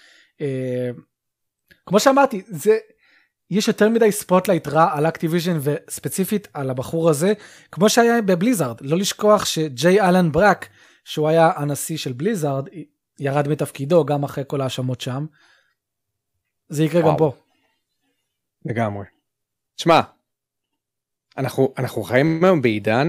כמו שאמרתי, זה, יש יותר מדי ספוטלייט רע על Activision, וספציפית על הבחור הזה, כמו שהיה בבליזארד, לא לשכוח שג'יי אלן ברק, שהוא היה הנשיא של בליזארד, ירד מתפקידו גם אחרי כל האשמות שם, זה יקרה גם פה.
לגמרי. תשמע, אנחנו, אנחנו חיים היום בעידן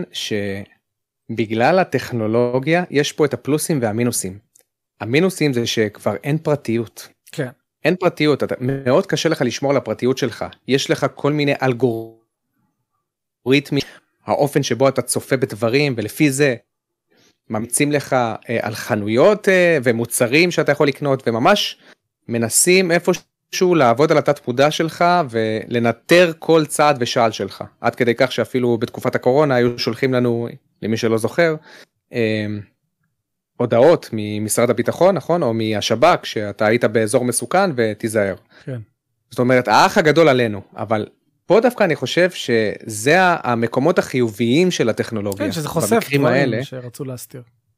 שבגלל הטכנולוגיה יש פה את הפלוסים והמינוסים. המינוסים זה שכבר אין פרטיות.
כן.
אין פרטיות, אתה, מאוד קשה לך לשמור על הפרטיות שלך. יש לך כל מיני אלגוריתמים, האופן שבו אתה צופה בדברים, ולפי זה ממציאים לך אה, על חנויות אה, ומוצרים שאתה יכול לקנות, וממש מנסים איפה שהוא לעבוד על התת מודע שלך ולנטר כל צעד ושעל שלך. עד כדי כך שאפילו בתקופת הקורונה היו שולחים לנו, למי שלא זוכר, אה, הודעות ממשרד הביטחון, נכון? או מהשב"כ, שאתה היית באזור מסוכן ותיזהר.
כן.
זאת אומרת, האח הגדול עלינו, אבל פה דווקא אני חושב שזה המקומות החיוביים של הטכנולוגיה.
כן, שזה חושף דברים
האלה,
שרצו להסתיר.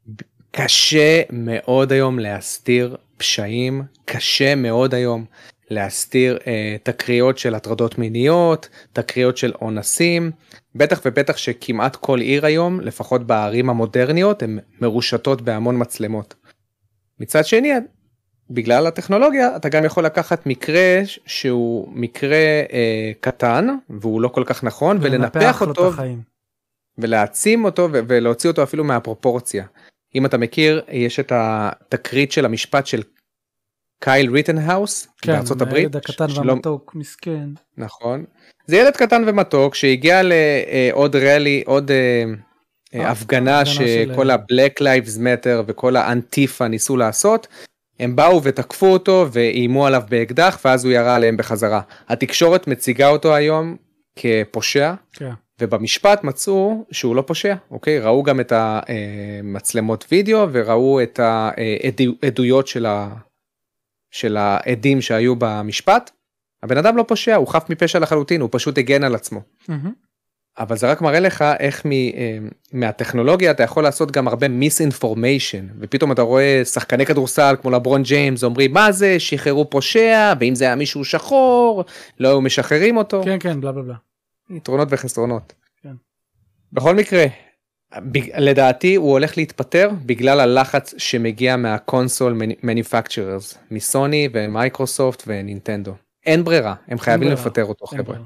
קשה מאוד היום להסתיר פשעים, קשה מאוד היום להסתיר אה, תקריות של הטרדות מיניות, תקריות של אונסים, בטח ובטח שכמעט כל עיר היום, לפחות בערים המודרניות, הן מרושתות בהמון מצלמות. מצד שני, בגלל הטכנולוגיה, אתה גם יכול לקחת מקרה שהוא מקרה אה, קטן, והוא לא כל כך נכון, ולנפח אותו, ולהעצים אותו, ולהוציא אותו אפילו מהפרופורציה. אם אתה מכיר, יש את התקרית של המשפט של קייל ריטנהאוס,
כן,
בארצות הברית.
ילד הקטן שלא... והמתוק, מסכן.
נכון. זה ילד קטן ומתוק, שהגיע לעוד רלי, עוד אה, הפגנה שכל ה-Black Lives Matter, וכל האנטיפה ניסו לעשות, הם באו ותקפו אותו, ואיימו עליו באקדח, ואז הוא ירה עליהם בחזרה. התקשורת מציגה אותו היום כפושע,
כן.
ובמשפט מצאו שהוא לא פושע, אוקיי? ראו גם את המצלמות וידאו, וראו את העדויות של, ה... של העדים שהיו במשפט. הבן אדם לא פושע, הוא חף מפשע לחלוטין, הוא פשוט הגן על עצמו. Mm-hmm. אבל זה רק מראה לך איך מ... מהטכנולוגיה אתה יכול לעשות גם הרבה misinformation, ופתאום אתה רואה שחקני כדורסל כמו לברון ג'יימס, אומרים מה זה, שחררו פושע, ואם זה היה מישהו שחור, לא היו משחררים אותו.
כן, כן, בלה בלה בלה.
יתרונות וחסרונות.
כן.
בכל מקרה, לדעתי הוא הולך להתפטר בגלל הלחץ שמגיע מהקונסול מניפקצ'ררס, מסוני ומייקרוסופט ונינטנדו. אין ברירה, הם חייבים לפטר אותו, חבר'ה.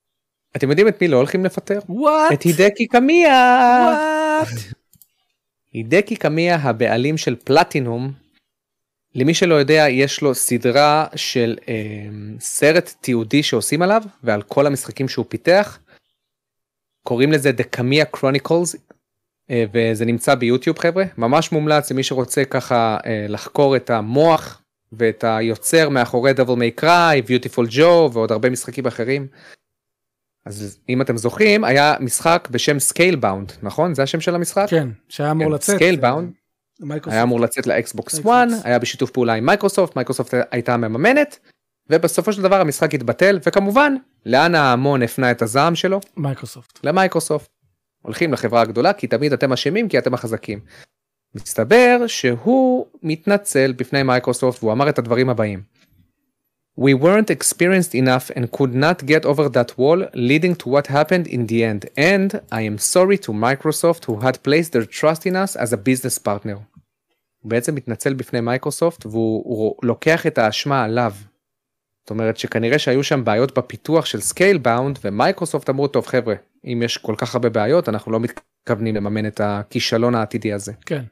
אתם יודעים את מי לא הולכים לפטר?
What?
את הידקי קמייה.
What?
הידקי קמיה הבעלים של פלטינום, למי שלא יודע יש לו סדרה של אה, סרט תיעודי שעושים עליו ועל כל המשחקים שהוא פיתח, קוראים לזה The Kamiya Chronicles, אה, וזה נמצא ביוטיוב חבר'ה, ממש מומלץ למי שרוצה ככה אה, לחקור את המוח ואת היוצר מאחורי Devil May Cry, Beautiful Joe ועוד הרבה משחקים אחרים. אז אם אתם זוכרים, היה משחק בשם Scalebound, נכון? זה השם של המשחק?
כן, שהיה אמור
כן,
לצאת.
Scalebound, היה אמור לצאת לאקסבוקס אחת, היה בשיתוף פעולה עם מייקרוסופט, מייקרוסופט הייתה מממנת, ובסופו של דבר המשחק התבטל, וכמובן, לאן ההמון הפנה את הזעם שלו?
מייקרוסופט.
למייקרוסופט. הולכים לחברה הגדולה, כי תמיד אתם אשמים, כי אתם החזקים. מסתבר שהוא מתנצל בפני מייקרוסופט, והוא אמר את הדברים הבאים. We weren't experienced enough and could not get over that wall, leading to what happened in the end. And I am sorry to Microsoft who had placed their trust in us as a business partner. הוא בעצם מתנצל בפני מייקרוסופט, והוא לוקח את האשמה עליו. זאת אומרת שכנראה שהיו שם בעיות בפיתוח של Scalebound, ומייקרוסופט אמרו, טוב חבר'ה, אם יש כל כך הרבה בעיות, אנחנו לא מתכוונים לממן את הכישלון העתידי הזה.
כן.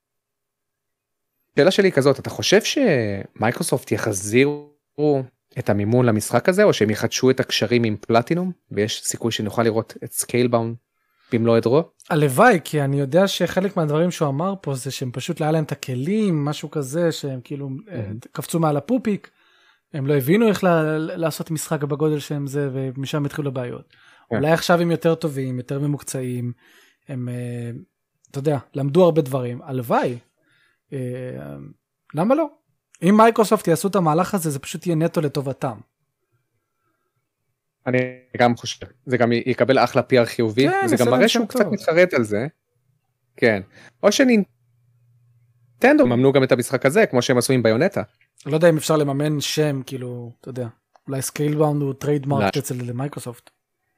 שאלה שלי היא כזאת, אתה חושב שמייקרוסופט יחזירו את המימון למשחק הזה, או שהם יחדשו את הקשרים עם פלטינום, ויש סיכוי שנוכל לראות את סקיילבאונד במלוא עדרו?
הלוואי, כי אני יודע שחלק מהדברים שהוא אמר פה, זה שהם פשוט היה להם את הכלים, משהו כזה, שהם כאילו mm-hmm. קפצו מעל הפופיק, הם לא הבינו איך לעשות משחק בגודל שהם זה, ומשם התחילו לבעיות. Yeah. אולי עכשיו הם יותר טובים, יותר ממוקצעים, הם, אתה יודע, למדו הרבה דברים, הלוואי, למה לא? אם מייקרוסופט יעשו את המהלך הזה, זה פשוט יהיה נטו לטובתם.
אני גם חושב, זה גם יקבל אחלה פי אר חיובי, כן, זה גם מראה שהוא קצת מתחרט על זה. כן. או שנינטנדו ממנו גם את המשחק הזה, כמו שהם עשו עם ביונטה.
לא יודע אם אפשר לממן שם, כאילו, אתה יודע, אולי סקיילבאונד הוא טריידמרק אצל מייקרוסופט.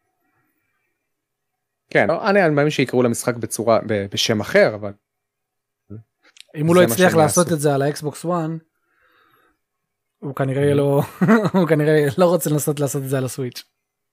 כן, אני מאמין שיקראו למשחק בצורה, בשם אחר, אבל...
אם הוא לא הצליח לעשות את זה על האקסבוקס אחת, הוא כנראה לא, הוא כנראה לא רוצה לנסות לעשות את זה על הסוויץ'.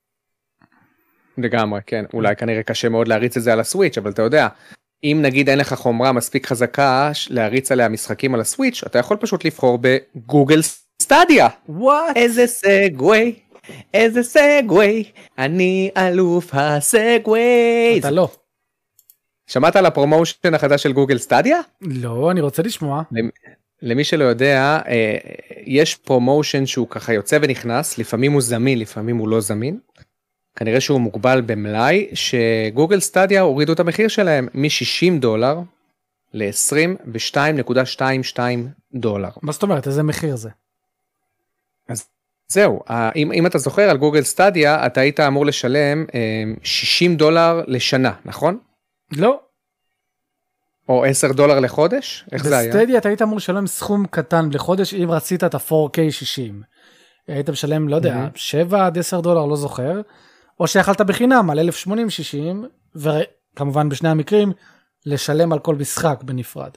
לגמרי, כן. אולי כנראה קשה מאוד להריץ את זה על הסוויץ', אבל אתה יודע, אם נגיד אין לך חומרה מספיק חזקה להריץ עליה משחקים על הסוויץ', אתה יכול פשוט לבחור בגוגל סטדיה.
וואט?
איזה סגווי, איזה סגווי, אני אלוף הסגווי.
אתה לא.
שמעת על הפרומושן החדש של גוגל סטדיה?
לא, אני רוצה לשמוע.
למי שלא יודע, יש פרומושן שהוא ככה יוצא ונכנס, לפעמים הוא זמין, לפעמים הוא לא זמין. כנראה שהוא מוגבל במלאי, שגוגל סטדיה הורידו את המחיר שלהם מ-שישים דולר ל-עשרים ושתיים נקודה עשרים ושתיים דולר.
מה זאת אומרת? איזה מחיר זה?
אז זהו, אם, אם אתה זוכר על גוגל סטדיה, אתה היית אמור לשלם שישים דולר לשנה, נכון?
לא.
או עשרה דולר לחודש? איך זה היה?
בסטדיה אתה היית אמור לשלם סכום קטן לחודש, אם רצית את ה-פור קיי שישים. היית משלם, לא יודע, שבע עד עשרה דולר, לא זוכר. או שיכלת בחינם על אלף שמונים שישים, וכמובן בשני המקרים, לשלם על כל משחק בנפרד.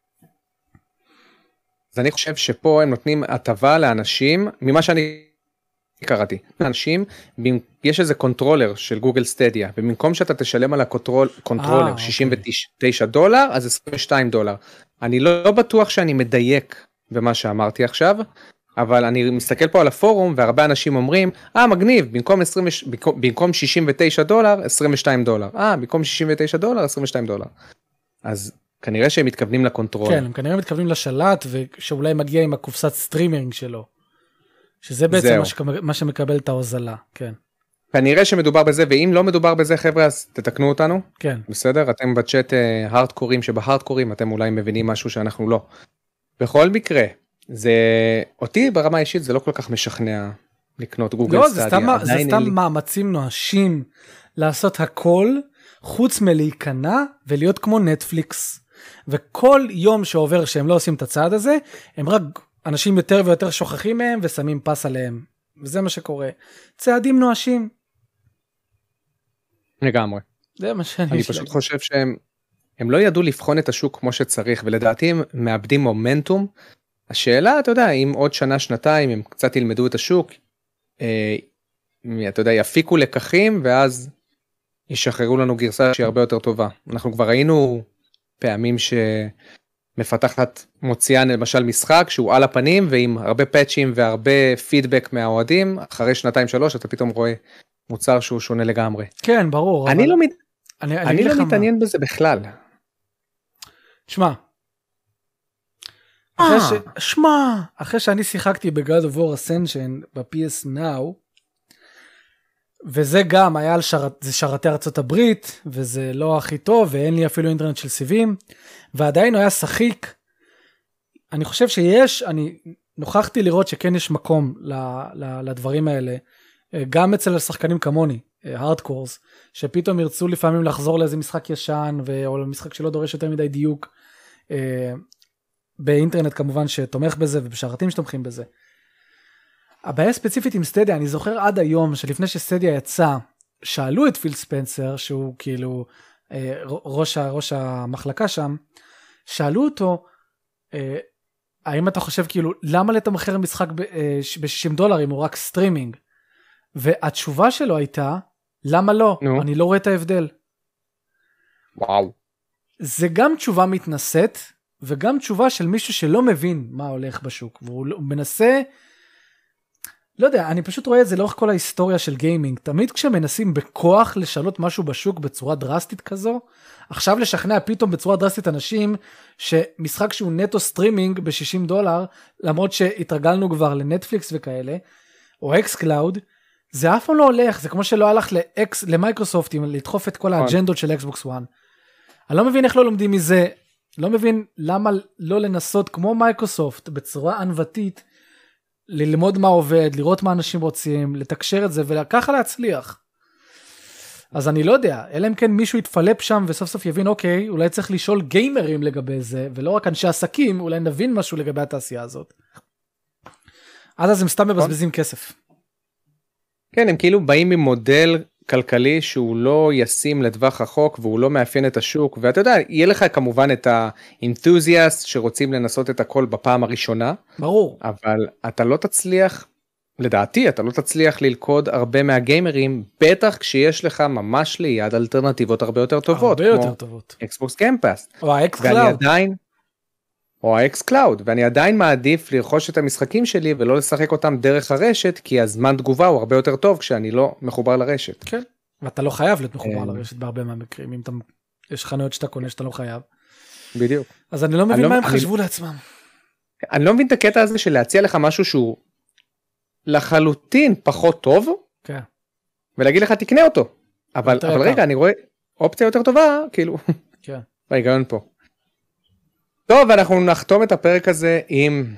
אז אני חושב שפה הם נותנים הטבה לאנשים, ממה שאני קראתי, לאנשים, יש איזה קונטרולר של גוגל סטדיה, ובמקום שאתה תשלם על הקונטרולר שישים ותשעה דולר, אז עשרים ושתיים דולר. אני לא בטוח שאני מדייק במה שאמרתי עכשיו, אבל אני מסתכל פה על הפורום, והרבה אנשים אומרים, אה, מגניב, במקום, עשרים, במקום שישים ותשעה דולר, עשרים ושתיים דולר. אה, במקום שישים ותשעה דולר, עשרים ושתיים דולר. אז כנראה שהם מתכוונים לקונטרול.
כן, הם כנראה מתכוונים לשלט, ושאולי מגיע עם הקופסת סטרימינג שלו. שזה בעצם מה, מה שמקבל את ההוזלה, כן.
כנראה שמדובר בזה, ואם לא מדובר בזה, חבר'ה, אז תתקנו אותנו.
כן.
בסדר? אתם בצ'אט הארדקורים שבהארדקורים, אתם אולי מבינים משהו שאנחנו לא. בכל מקרה, זה, אותי ברמה האישית זה לא כל כך משכנע לקנות גוגל
לא,
סטדיה.
זה סתם, זה סתם לי... מאמצים נואשים לעשות הכל, חוץ מלהיכנע ולהיות כמו נטפליקס. וכל יום שעובר שהם לא עושים את הצעד הזה, הם רק אנשים יותר ויותר שוכחים מהם ושמים פס עליהם. וזה מה שקורה. צעדים נואשים.
לגמרי.
זה מה שאני
אני פשוט חושב שהם הם לא ידעו לבחון את השוק כמו שצריך, ולדעתי הם מאבדים מומנטום. השאלה, אתה יודע, אם עוד שנה, שנתיים, הם קצת ילמדו את השוק, אה, אתה יודע, יפיקו לקחים, ואז ישחררו לנו גרסה שהיא הרבה יותר טובה. אנחנו כבר ראינו פעמים שמפתחת מוציאה למשל משחק שהוא על הפנים ועם הרבה פאצ'ים והרבה פידבק מהאוהדים, אחרי שנתיים שלוש אתה פתאום רואה מוצר שהוא שונה לגמרי.
כן, ברור.
אני
אבל...
לא, מת...
אני,
אני
אני
לא מתעניין מה. בזה בכלל.
תשמע, אחרי, ש... שמה, אחרי שאני שיחקתי ב-God of War Ascension ב-פי אס Now, וזה גם היה על שרת, זה שרתי ארצות הברית, וזה לא הכי טוב, ואין לי אפילו אינטרנט של סיבים, ועדיין הוא היה שחיק. אני חושב שיש, אני נוכחתי לראות שכן יש מקום ל, ל, לדברים האלה, גם אצל השחקנים כמוני, הארדקורס, שפתאום ירצו לפעמים לחזור לאיזה משחק ישן, או למשחק שלא דורש יותר מדי דיוק, באינטרנט כמובן שתומך בזה, ובשרתים שתומכים בזה. הבעיה ספציפית עם סטדיה, אני זוכר עד היום, שלפני שסטדיה יצא, שאלו את פיל ספנסר, שהוא כאילו ראש, ראש המחלקה שם, שאלו אותו, האם אתה חושב כאילו, למה לתמחר משחק ב-שישים דולר אם הוא רק סטרימינג? והתשובה שלו הייתה, למה לא? No. אני לא רואה את ההבדל.
וואו.
זה גם תשובה מתנשאת, וגם תשובה של מישהו שלא מבין מה הולך בשוק, והוא מנסה, לא יודע, אני פשוט רואה את זה לאורך כל ההיסטוריה של גיימינג, תמיד כשמנסים בכוח לשנות משהו בשוק בצורה דרסטית כזו, עכשיו לשכנע פתאום בצורה דרסטית אנשים, שמשחק שהוא נטו סטרימינג ב-שישים דולר, למרות שהתרגלנו כבר לנטפליקס וכאלה, או אקס קלאוד, זה אף פעם לא הולך, זה כמו שלא הלך לאקס, למייקרוסופטים, לדחוף את כל האג'נדות של אקסבוקס וואן. אני לא מבין איך לא לומדים מזה, לא מבין למה לא לנסות כמו מייקרוסופט, בצורה ענוותית, ללמוד מה עובד, לראות מה אנשים רוצים, לתקשר את זה, וככה להצליח. אז אני לא יודע, אלא אם כן מישהו יתפלפ שם, וסוף סוף יבין, אוקיי, אולי צריך לשאול גיימרים לגבי זה, ולא רק אנשי עסקים, אולי נבין משהו לגבי התעשייה הזאת. עד אז הם סתם מבזבזים כסף.
כן, הם כאילו באים ממודל כלכלי שהוא לא ישים לטווח רחוק, והוא לא מאפיין את השוק, ואתה יודע, יהיה לך כמובן את האנתוזיאסט שרוצים לנסות את הכל בפעם הראשונה.
ברור.
אבל אתה לא תצליח, לדעתי, אתה לא תצליח ללכוד הרבה מהגיימרים, בטח כשיש לך ממש ליד אלטרנטיבות הרבה יותר טובות.
הרבה יותר טובות.
אקסבוקס גיימפאס.
או האקס
ואני
קלאוד.
עדיין, או האקס קלאוד, ואני עדיין מעדיף לרכוש את המשחקים שלי, ולא לשחק אותם דרך הרשת, כי הזמן תגובה הוא הרבה יותר טוב, כשאני לא מחובר לרשת.
כן, ואתה לא חייב להיות מחובר לרשת בהרבה מהמקרים, אם אתה, יש חנויות שאתה קונה שאתה לא חייב.
בדיוק.
אז אני לא מבין מה הם חשבו לעצמם.
אני לא מבין את הקטע הזה של להציע לך משהו שהוא לחלוטין פחות טוב,
כן.
ולהגיד לך תקנה אותו. אבל, אבל רגע, אני רואה אופציה יותר טובה, כאילו,
כן.
בהיגיון פה. טוב, אנחנו נחתום את הפרק הזה עם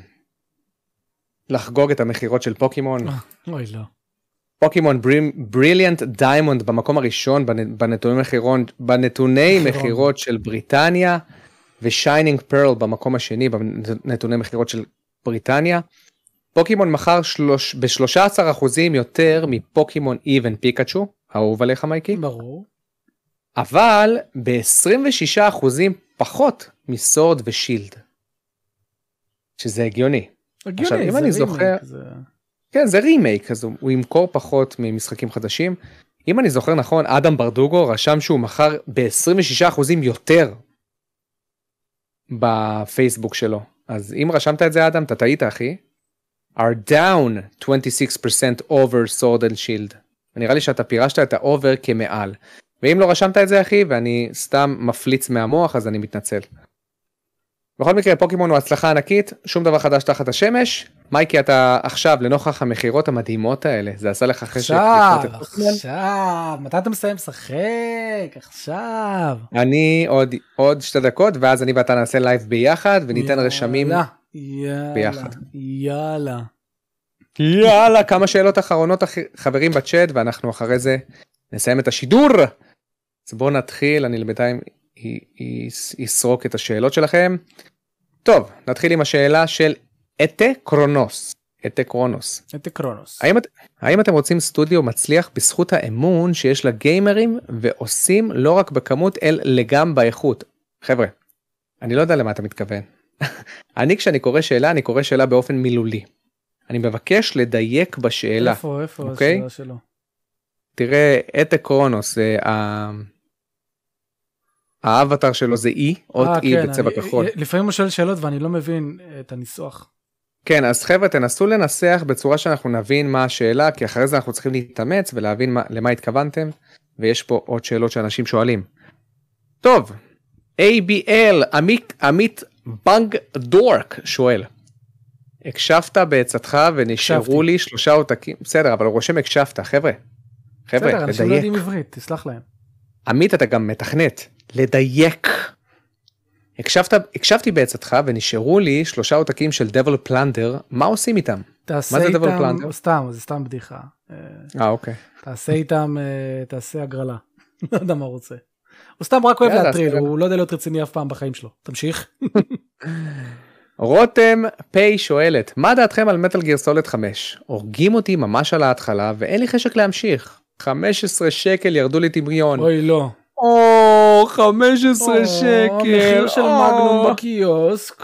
לחגוג את המחירות של פוקימון.
אוי לא.
פוקימון בריליאנט דיימונד במקום הראשון בנתוני מחירות, בנתוני מחירות של בריטניה, ושיינינג פרל במקום השני בנתוני מחירות של בריטניה. פוקימון מכר ב-שלושה עשר אחוזים יותר מפוקימון איבן פיקאצ'ו, אהוב עליך מייקי?
ברור.
אבל ב-עשרים ושישה אחוזים פחות מסורד ושילד. שזה הגיוני.
הגיוני,
עכשיו, אם אני זוכר,
זה...
כן, זה רימייק, אז הוא ימכור פחות ממשחקים חדשים. אם אני זוכר נכון, אדם ברדוגו רשם שהוא מכר ב-עשרים ושישה אחוזים יותר בפייסבוק שלו. אז אם רשמת את זה, אדם, אתה טעית, אחי. are down twenty-six percent over sword and shield. נראה לי שאתה פירשת את האובר כמעל. ואם לא רשמת את זה, אחי, ואני סתם מפליץ מהמוח, אז אני מתנצל. בכל מקרה, פוקימון הוא הצלחה ענקית, שום דבר חדש תחת השמש. מייקי, אתה עכשיו, לנוכח המחירות המדהימות האלה, זה עשה לך חשק
לקנות את פוקימון? עכשיו, מתי אתה מסיים לשחק? עכשיו.
אני עוד, עוד שתי דקות, ואז אני ואתה נעשה לייב ביחד, וניתן יאללה, רשמים
יאללה,
ביחד.
יאללה.
יאללה, כמה שאלות אחרונות חברים בצ'אט, ואנחנו אחרי זה נסיים את השידור. אז בואו נתחיל, אני לבינתיים יסרוק את השאלות שלכם. טוב, נתחיל עם השאלה של אתה קרונוס. אתה קרונוס.
אתה קרונוס.
האם, האם אתם רוצים סטודיו מצליח בזכות האמון שיש לגיימרים, ועושים לא רק בכמות, אלא גם באיכות? חבר'ה, אני לא יודע למה אתה מתכוון. אני כשאני קורא שאלה, אני קורא שאלה באופן מילולי. אני מבקש לדייק בשאלה.
איפה, איפה
אוקיי?
השאלה שלו?
תראה, אתה קרונוס, זה ה... האבטר שלו זה אי, עוד אי בצבע כחול.
לפעמים הוא שואל שאלות ואני לא מבין את הניסוח.
כן, אז חבר'ה, תנסו לנסח בצורה שאנחנו נבין מה השאלה, כי אחרי זה אנחנו צריכים להתאמץ ולהבין מה, למה התכוונתם, ויש פה עוד שאלות שאנשים שואלים. טוב, איי בי אל, עמית, עמית בנג דורק שואל, הקשבת בעצתך ונשארו לי שלושה עותקים, בסדר, אבל הוא רושם הקשבת, חבר'ה, חבר'ה,
בסדר, אנשים לא יודעים עברית, תסלח להם.
עמית, אתה גם מתכנת, לדייק. הקשבת, הקשבתי בעצתך ונשארו לי שלושה עותקים של Devil Plunder, מה עושים איתם? מה זה Devil Plunder?
או סתם, זה סתם בדיחה.
אה, אוקיי.
תעשה איתם, תעשה הגרלה. לא יודע מה הוא רוצה. הוא סתם רק אוהב להטריל, הוא לא יודע להיות רציני אף פעם בחיים שלו. תמשיך.
רותם פי שואלת, מה דעתכם על מטל גיר סוליד חמש? הורגים אותי ממש על ההתחלה ואין לי חשק להמשיך. חמישה עשר שקל ירדו לי טמיון.
אוי לא.
או, חמישה עשר שקל.
המחיר של מגנום בקיוסק.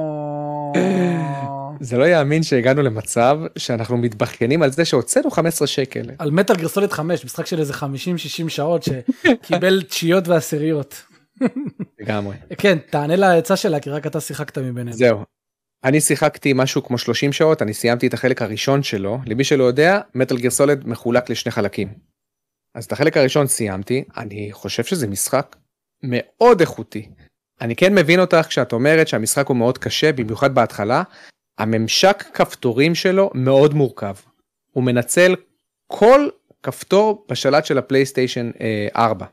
זה לא יאמין שהגענו למצב שאנחנו מתבחיינים על זה שהוצאנו חמישה עשר שקל.
על מטל גיר סוליד חמש, משחק של איזה חמישים שישים שעות שקיבל תשיעיות ועשיריות.
לגמרי.
כן, תענה להצעה שלה, כי רק אתה שיחקת מביניהם.
זהו. אני שיחקתי משהו כמו שלושים שעות, אני סיימתי את החלק הראשון שלו. למי שלא יודע, מטל גיר סוליד מחולק לשני חלקים. אז את החלק הראשון סיימתי, אני חושב שזה משחק מאוד איכותי. אני כן מבין אותך כשאת אומרת שהמשחק הוא מאוד קשה, במיוחד בהתחלה, הממשק כפתורים שלו מאוד מורכב. הוא מנצל כל כפתור בשלט של הפלייסטיישן ארבע.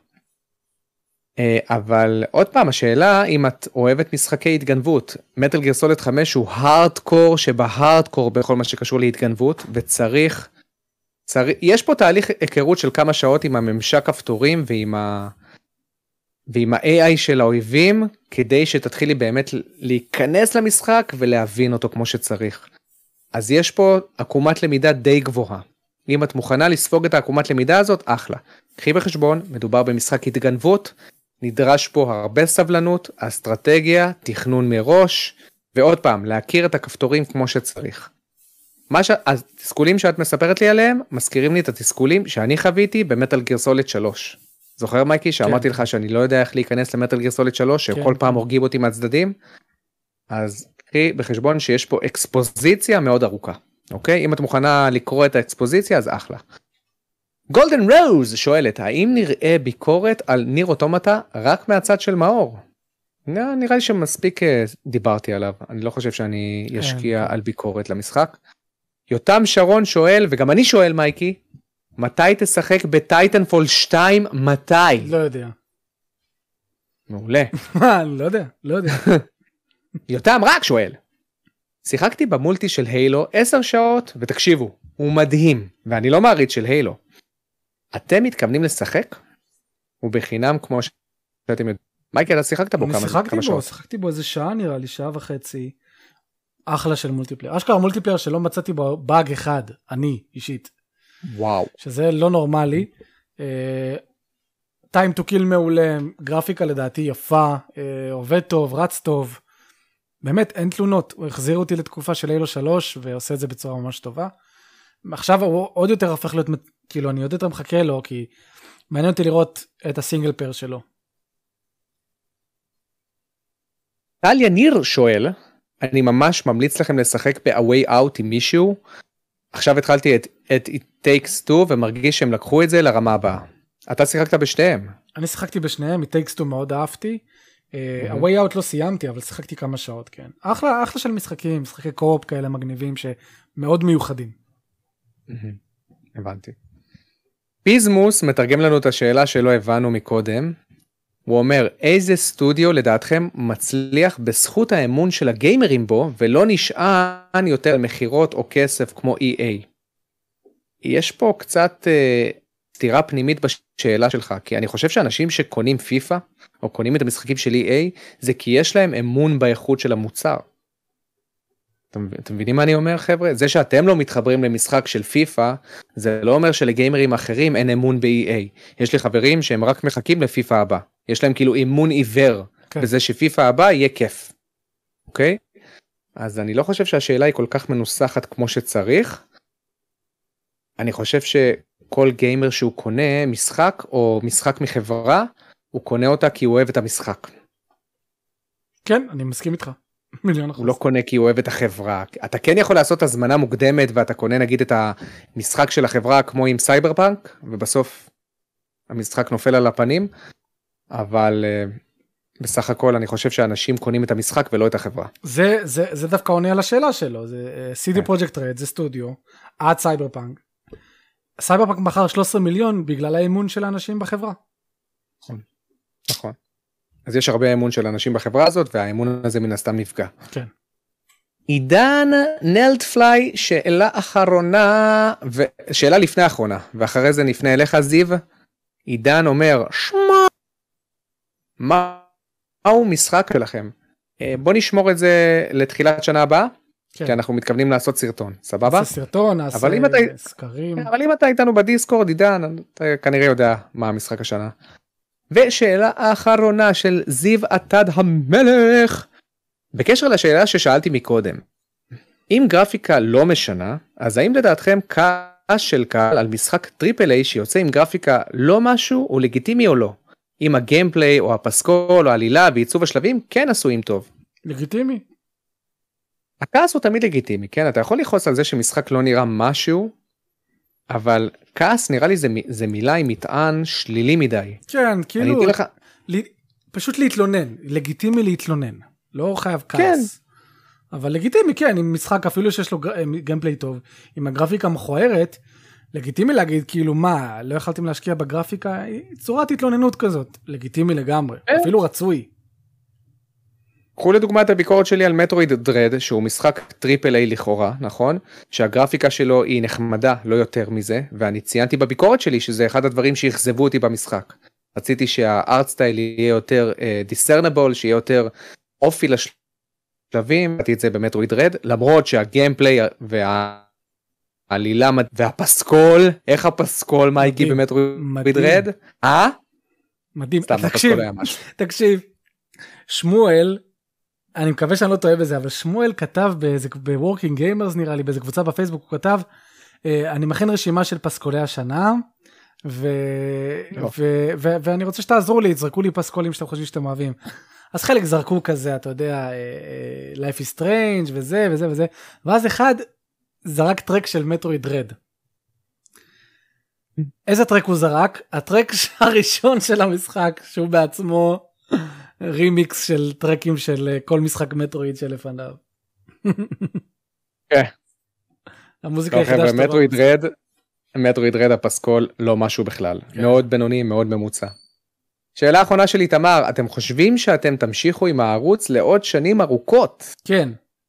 אבל עוד פעם, השאלה אם את אוהבת משחקי התגנבות, מטל גיר סוליד חמש הוא הארדקור שבהארדקור בכל מה שקשור להתגנבות, וצריך, צריך, יש פה תהליך היכרות של כמה שעות עם הממשק כפתורים ועם ה... ועם ה-איי איי של האויבים, כדי שתתחילי באמת להיכנס למשחק ולהבין אותו כמו שצריך. אז יש פה עקומת למידה די גבוהה. אם את מוכנה לספוג את העקומת למידה הזאת, אחלה. קחי בחשבון, מדובר במשחק התגנבות, נדרש פה הרבה סבלנות, אסטרטגיה, תכנון מראש, ועוד פעם, להכיר את הכפתורים כמו שצריך. מה ש... התסכולים שאת מספרת לי עליהם, מזכירים לי את התסכולים שאני חוויתי במטל גיר סוליד שלוש. זוכר מייקי שאמרתי לך שאני לא יודע איך להיכנס למטל גיר סוליד שלוש, שכל פעם הורגים אותי מהצדדים? אז קחי בחשבון שיש פה אקספוזיציה מאוד ארוכה. אוקיי? אם את מוכנה לקרוא את האקספוזיציה, אז אחלה. גולדן רוז שואלת, האם נראה ביקורת על ניר אוטומטה רק מהצד של מאור? נראה לי שמספיק דיברתי עליו. אני לא חושב שאני אשקיע על ביקורת למשחק. יותם שרון שואל, וגם אני שואל מייקי, מתי תשחק בטייטנפול שתיים? מתי?
לא יודע.
מעולה.
מה? לא יודע, לא יודע.
יותם רק שואל. שיחקתי במולטי של הילו עשר שעות, ותקשיבו, הוא מדהים, ואני לא מעריץ של הילו. אתם מתכוונים לשחק? הוא בחינם כמו שאתם יודעים. מייקל, אתה שיחקת בו כמה שעות?
אני שיחקתי בו, שיחקתי בו איזה שעה נראה לי, שעה וחצי. אחלה של מולטיפלייר. אשכרה מולטיפלייר שלא מצאתי בו באג אחד, אני אישית.
וואו.
שזה לא נורמלי. טיים טו קיל מעולה, גרפיקה לדעתי יפה, עובד טוב, רץ טוב. באמת, אין תלונות. הוא החזיר אותי לתקופה של הילו שלוש, ועושה את זה בצורה ממש טובה. עכשיו הוא עוד יותר הפך להיות, כאילו, אני עוד יותר מחכה לו, כי מעניין אותי לראות את הסינגל פר שלו.
טליה ניר שואל, אני ממש ממליץ לכם לשחק ב-A Way Out עם מישהו. עכשיו התחלתי את, את It Takes Two, ומרגיש שהם לקחו את זה לרמה הבאה. אתה שיחקת בשניהם?
אני שיחקתי בשניהם, It Takes Two מאוד אהבתי. A Way Out לא סיימתי, אבל שיחקתי כמה שעות, כן. אחלה, אחלה של משחקים, משחקי קו-אופ כאלה מגניבים שמאוד מיוחדים.
הבנתי. פיזמוס מתרגם לנו את השאלה שלא הבנו מקודם. הוא אומר, איזה סטודיו לדעתכם מצליח בזכות האמון של הגיימרים בו, ולא נשען יותר מחירות או כסף כמו אי איי? יש פה קצת סתירה uh, פנימית בשאלה שלך, כי אני חושב שאנשים שקונים פיפה, או קונים את המשחקים של אי איי, זה כי יש להם אמון באיכות של המוצר. אתם, אתם מבינים מה אני אומר, חבר'ה? זה שאתם לא מתחברים למשחק של פיפה, זה לא אומר שלגיימרים אחרים אין אמון ב-אי איי. יש לי חברים שהם רק מחכים לפיפה הבא. יש להם כאילו אמון עיוור, okay. בזה שפיפה הבא יהיה כיף. אוקיי? אז אני לא חושב שהשאלה היא כל כך מנוסחת כמו שצריך. אני חושב שכל גיימר שהוא קונה משחק, או משחק מחברה, הוא קונה אותה כי הוא אוהב את המשחק.
כן, אני מסכים איתך. מיליון אחוז.
הוא לא קונה כי הוא אוהב את החברה. אתה כן יכול לעשות הזמנה מוקדמת, ואתה קונה נגיד את המשחק של החברה כמו עם סייבר פאנק, ובסוף המשחק נופל על הפנים, אבל בסך הכל אני חושב שאנשים קונים את המשחק ולא את החברה.
זה, זה, זה דווקא עונה על השאלה שלו, זה סי די Projekt Red, זה סטודיו, עד סייבר פאנק. סייבר פאנק מכר שלושה עשר מיליון בגלל האמון של האנשים בחברה.
נכון. נכון. אז יש הרבה אמון של אנשים בחברה הזאת, והאמון הזה מן הסתם נפגע.
כן.
עידן נלדפליי, שאלה אחרונה, ו... שאלה לפני האחרונה, ואחרי זה נפנה אליך זיו. עידן אומר, שמה, מה... מהו משחק שלכם? בוא נשמור את זה לתחילת שנה הבאה, כן. כי אנחנו מתכוונים לעשות סרטון, סבבה?
נעשה סרטון, נעשה
אתה...
סקרים.
אבל אם אתה איתנו בדיסקורד, עידן, אתה כנראה יודע מה המשחק השנה. ושאלה האחרונה של זיו עתד המלך, בקשר לשאלה ששאלתי מקודם, אם גרפיקה לא משנה, אז האם לדעתכם כעס של קהל על משחק טריפל איי שיוצא עם גרפיקה לא משהו, הוא לגיטימי או לא? אם הגיימפליי או הפסקול או העלילה ועיצוב השלבים כן עשויים טוב.
לגיטימי.
הכעס הוא תמיד לגיטימי, כן? אתה יכול לכעוס על זה שמשחק לא נראה משהו, אבל כעס נראה לי זה, זה מילה עם מטען שלילי מדי.
כן, כאילו,
לך...
לי, פשוט להתלונן, לגיטימי להתלונן, לא חייב כעס.
כן.
אבל לגיטימי, כן, אם משחק אפילו שיש לו גיימפליי טוב, עם הגרפיקה מכוערת, לגיטימי להגיד, כאילו, מה, לא יכלתם להשקיע בגרפיקה, צורת התלוננות כזאת, לגיטימי לגמרי, אפילו רצוי.
קחו לדוגמה את הביקורת שלי על מטרויד דרד, שהוא משחק טריפל איי לכאורה, נכון? שהגרפיקה שלו היא נחמדה, לא יותר מזה, ואני ציינתי בביקורת שלי שזה אחד הדברים שהחזבו אותי במשחק. רציתי שהארט סטייל יהיה יותר דיסרנבול, שיהיה יותר אופי לשלבים, ראיתי את זה במטרויד דרד, למרות שהגיימפליי וה... העלילה והפסקול, איך הפסקול מייקי במטרויד רד? אה?
מדהים, תקשיב, תקשיב, שמואל, אני מקווה שאני לא טועה בזה, אבל שמואל כתב ב-Working Gamers נראה לי, באיזה קבוצה בפייסבוק, הוא כתב, אני מכין רשימה של פסקולי השנה, ואני רוצה שתעזרו לי, תזרקו לי פסקולים שאתם חושבים שאתם אוהבים. אז חלק זרקו כזה, אתה יודע, Life is Strange וזה וזה וזה, ואז אחד זרק טרק של מטרויד רד. איזה טרק הוא זרק? הטרק הראשון של המשחק, שהוא בעצמו רימיקס של טרקים של כל משחק מטרויד שלפניו.
כן.
המוזיקה היחידה שאתה
מטרויד רד, מטרויד רד הפסקול לא משהו בכלל. מאוד בינוני, מאוד ממוצע. שאלה האחרונה שלי, תמר, אתם חושבים שאתם תמשיכו עם הערוץ לעוד שנים ארוכות?
כן.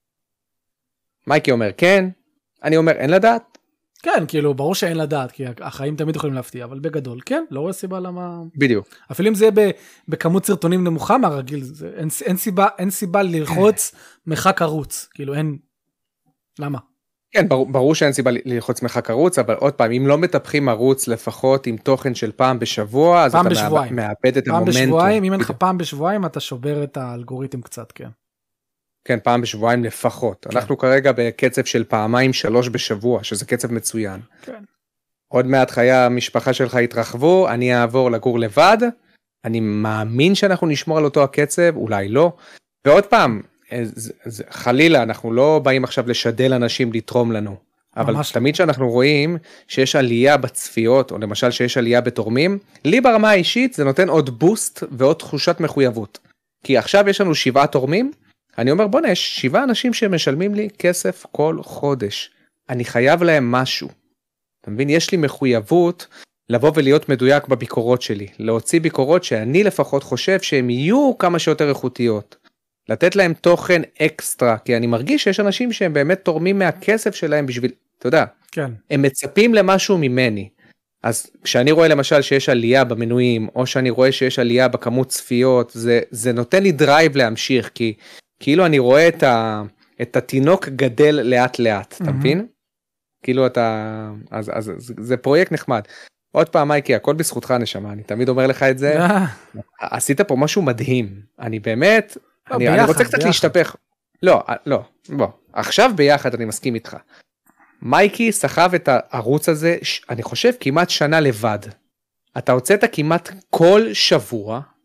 מייקי אומר כן, אני אומר אין לדעת.
כן, כאילו, ברור שאין לדעת, כי החיים תמיד יכולים להפתיע, אבל בגדול, כן, לא רואה סיבה למה...
בדיוק.
אפילו אם זה יהיה בכמות סרטונים נמוכה מהרגיל, זה, אין, אין סיבה, אין סיבה ללחוץ מחק ערוץ, כאילו, אין... למה?
כן, ברור, ברור שאין סיבה ללחוץ מחק ערוץ, אבל עוד פעם, אם לא מטפחים ערוץ לפחות עם תוכן של פעם בשבוע, אז
פעם
אתה
בשבועיים.
מאבד את
פעם
המומנטום. פעם
בשבועיים, אם אין לך פעם בשבועיים, אתה שובר את האלגוריתם קצת, כן.
כן, פעם בשבועיים לפחות. כן. אנחנו כרגע בקצב של פעמיים שלוש בשבוע, שזה קצב מצוין.
כן.
עוד מעט חיי המשפחה שלך יתרחבו, אני אעבור לגור לבד, אני מאמין שאנחנו נשמור על אותו הקצב, אולי לא. ועוד פעם, זה, זה, חלילה, אנחנו לא באים עכשיו לשדל אנשים לתרום לנו. אבל תמיד שאנחנו רואים שיש עלייה בצפיות, או למשל שיש עלייה בתורמים, לי ברמה האישית זה נותן עוד בוסט ועוד תחושת מחויבות. כי עכשיו יש לנו שבעה תורמים, אני אומר בוא נש, שבעה אנשים שמשלמים לי כסף כל חודש. אני חייב להם משהו. אתה מבין? יש לי מחויבות לבוא ולהיות מדויק בביקורות שלי. להוציא ביקורות שאני לפחות חושב שהם יהיו כמה שיותר איכותיות. לתת להם תוכן אקסטרה, כי אני מרגיש שיש אנשים שהם באמת תורמים מהכסף שלהם בשביל, אתה יודע,
כן.
הם מצפים למשהו ממני. אז כשאני רואה למשל שיש עלייה במנויים, או שאני רואה שיש עלייה בכמות צפיות, זה, זה נותן לי דרייב להמשיך, כי כאילו אני רואה את, ה, את התינוק גדל לאט לאט, אתה מבין? כאילו אתה, אז, אז, אז זה פרויקט נחמד. עוד פעם מייקי, הכל בזכותך נשמה, אני תמיד אומר לך את זה, עשית פה משהו מדהים, אני באמת, אני, אני רוצה קצת להשתפך, לא, לא, בוא, עכשיו ביחד אני מסכים איתך, מייקי סחב את הערוץ הזה, אני חושב כמעט שנה לבד, אתה הוצאת כמעט כל שבוע,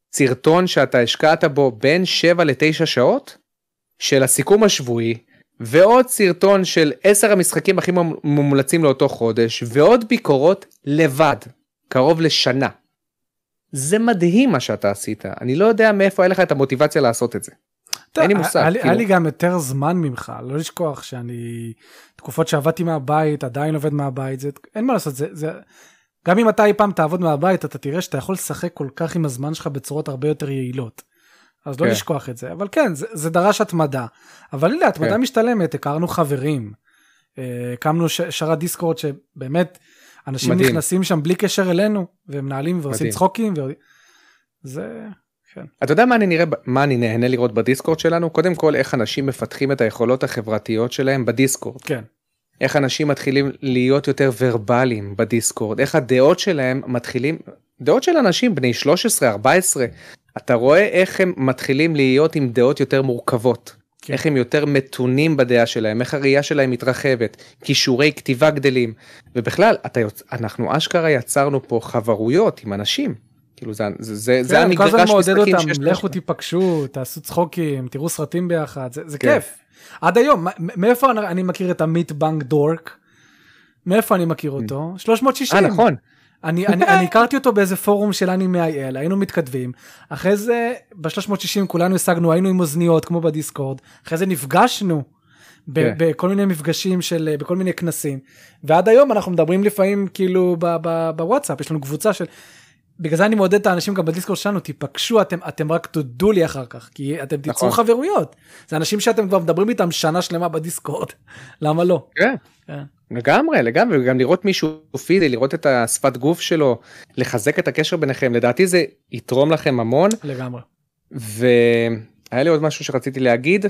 סרטון שאתה השקעת בו בין שבע לתשע שעות, של הסיכום השבועי, ועוד סרטון של עשר המשחקים הכי מומלצים לאותו חודש, ועוד ביקורות לבד, קרוב לשנה. זה מדהים מה שאתה עשית, אני לא יודע מאיפה היה לך את המוטיבציה לעשות את זה. אין לי מושג.
היה לי גם יותר זמן ממך, לא לשכוח שאני, תקופות שעבדתי מהבית, עדיין עובד מהבית, אין מה לעשות, זה... גם אם אתה אי פעם תעבוד מהבית, אתה תראה שאתה יכול לשחק כל כך עם הזמן שלך בצורות הרבה יותר יעילות. אז לא
כן.
לשכוח את זה. אבל כן, זה, זה דרש התמדה. אבל הנה, התמדה כן. משתלמת, הכרנו חברים. הקמנו ש- שרת דיסקורד שבאמת, אנשים מדהים. נכנסים שם בלי קשר אלינו, ומנהלים ועושים מדהים. צחוקים. ו... זה... כן.
אתה יודע מה אני, נראה, מה אני נהנה לראות בדיסקורד שלנו? קודם כל, איך אנשים מפתחים את היכולות החברתיות שלהם בדיסקורד.
כן.
איך אנשים מתחילים להיות יותר ורבליים בדיסקורד, איך הדעות שלהם מתחילים, דעות של אנשים בני שלוש עשרה ארבע עשרה, אתה רואה איך הם מתחילים להיות עם דעות יותר מורכבות, כן. איך הם יותר מתונים בדעה שלהם, איך הראייה שלהם מתרחבת, כישורי כתיבה גדלים, ובכלל, אתה יוצ... אנחנו אשכרה יצרנו פה חברויות עם אנשים, כאילו זה, זה, זה, כן, זה המגרש משחקים שיש.
לכו תיפגשו, תעשו צחוקים, תראו סרטים ביחד, זה, זה כן. כיף. עד היום, מאיפה אני מכיר את המיט בנק דורק? מאיפה אני מכיר אותו? שלוש מאות שישים.
אה, נכון.
אני, אני, אני הכרתי אותו באיזה פורום של אנימי איי אל, היינו מתכתבים, אחרי זה ב-שלוש מאות שישים כולנו השגנו, היינו עם אוזניות כמו בדיסקורד, אחרי זה נפגשנו ב- בכל מיני מפגשים של, בכל מיני כנסים, ועד היום אנחנו מדברים לפעמים כאילו ב- ב- בוואטסאפ, יש לנו קבוצה של, בגלל זה אני מעודד את האנשים גם בדיסקורד שלנו, תיפגשו, אתם, אתם רק תודו לי אחר כך, כי אתם תיצרו נכון. חברויות, זה אנשים שאתם כבר מדברים איתם שנה שלמה בדיסקורד, למה לא?
כן. כן. לגמרי, לגמרי, וגם לראות מישהו פיזי, לראות את השפת גוף שלו, לחזק את הקשר ביניכם, לדעתי זה יתרום לכם המון.
לגמרי.
והיה לי עוד משהו שרציתי להגיד.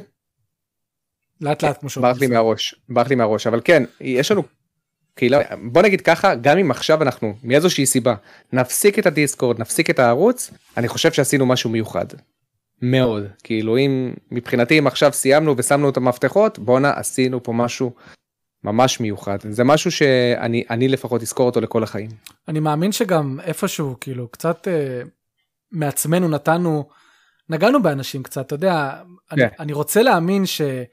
לאט לאט, כמו
שאומרים. ברח לי מהראש, ברח לי מהראש, אבל כן, יש לנו קהילה, בוא נגיד ככה, גם אם עכשיו אנחנו, מאיזושהי סיבה, נפסיק את הדיסקורד, נפסיק את הערוץ, אני חושב שעשינו משהו מיוחד. מאוד, כאילו אם, מבחינתי אם עכשיו סיימנו ושמנו את המפתחות, בואנה, עשינו פה משהו ממש מיוחד, זה משהו שאני אני לפחות אזכור אותו לכל החיים.
אני מאמין שגם איפשהו, כאילו, קצת אה, מעצמנו נתנו, נגענו באנשים קצת, אתה יודע, yeah. אני, אני רוצה להאמין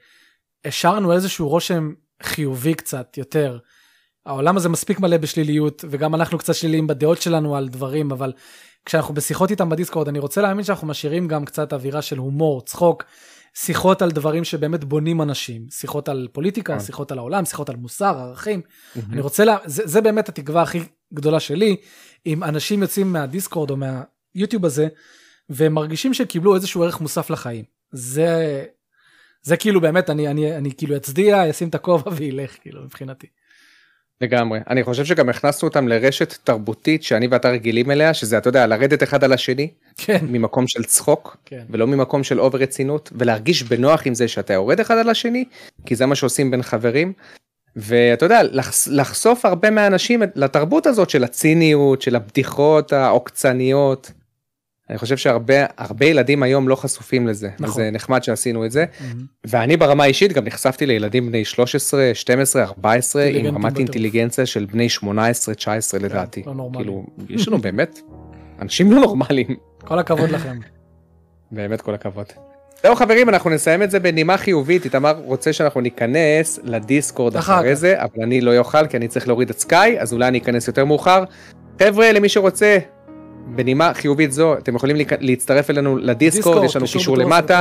שהשארנו איזשהו רושם חיובי קצת יותר, העולם הזה מספיק מלא בשליליות, וגם אנחנו קצת שליליים בדעות שלנו על דברים, אבל כשאנחנו בשיחות איתם בדיסקורד, אני רוצה להאמין שאנחנו משאירים גם קצת אווירה של הומור, צחוק, שיחות על דברים שבאמת בונים אנשים, שיחות על פוליטיקה, שיחות על העולם, שיחות על מוסר, ערכים. אני רוצה לה... זה, זה באמת התקווה הכי גדולה שלי, אם אנשים יוצאים מהדיסקורד או מהיוטיוב הזה, ומרגישים שקיבלו איזשהו ערך מוסף לחיים. זה, זה כאילו באמת, אני, אני, אני כאילו אצדיע, ישים את הכובע וילך, כאילו, מבחינתי.
לגמרי. אני חושב שגם הכנסנו אותם לרשת תרבותית שאני ואתה רגילים אליה, שזה, אתה יודע, לרדת אחד על השני,
כן.
ממקום של צחוק,
כן.
ולא ממקום של אובר רצינות, ולהרגיש בנוח עם זה שאתה יורד אחד על השני, כי זה מה שעושים בין חברים, ואתה יודע, לחש, לחשוף הרבה מהאנשים לתרבות הזאת של הציניות, של הבדיחות העוקצניות, אני חושב שהרבה הרבה ילדים היום לא חשופים לזה, נכון. וזה נחמד שעשינו את זה, mm-hmm. ואני ברמה האישית גם נחשפתי לילדים בני שלוש עשרה, שתים עשרה, ארבע עשרה, עם רמת בטרוף. אינטליגנציה של בני שמונה עשרה, תשע עשרה לדעתי.
לא נורמלי.
כאילו, יש לנו באמת אנשים לא נורמליים.
כל הכבוד לכם.
באמת כל הכבוד. זהו חברים, אנחנו נסיים את זה בנימה חיובית, איתמר רוצה שאנחנו ניכנס לדיסקורד אחרי זה, אבל אני לא יוכל כי אני צריך להוריד את סקאי, אז אולי אני אכנס יותר מאוחר. חבר'ה, למי שרוצה, בנימה חיובית זו, אתם יכולים להצטרף אלינו לדיסקורד, יש לנו קישור למטה.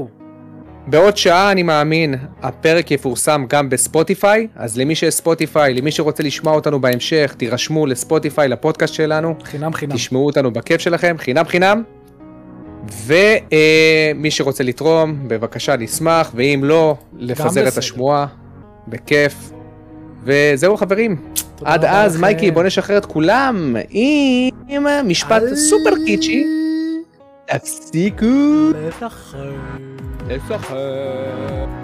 בעוד שעה אני מאמין, הפרק יפורסם גם בספוטיפיי, אז למי שיש ספוטיפיי, למי שרוצה לשמוע אותנו בהמשך, תירשמו לספוטיפיי, לפודקאסט שלנו.
חינם חינם.
תשמעו אותנו בכיף שלכם, חינם חינם. ומי שרוצה לתרום, בבקשה נשמח, ואם לא, לפזר את השמועה, בכיף. וזהו חברים, עד אז מייקי בוא נשחרר את כולם עם משפט סופר קיצ'י. תפסיקו
לשחרר
לשחרר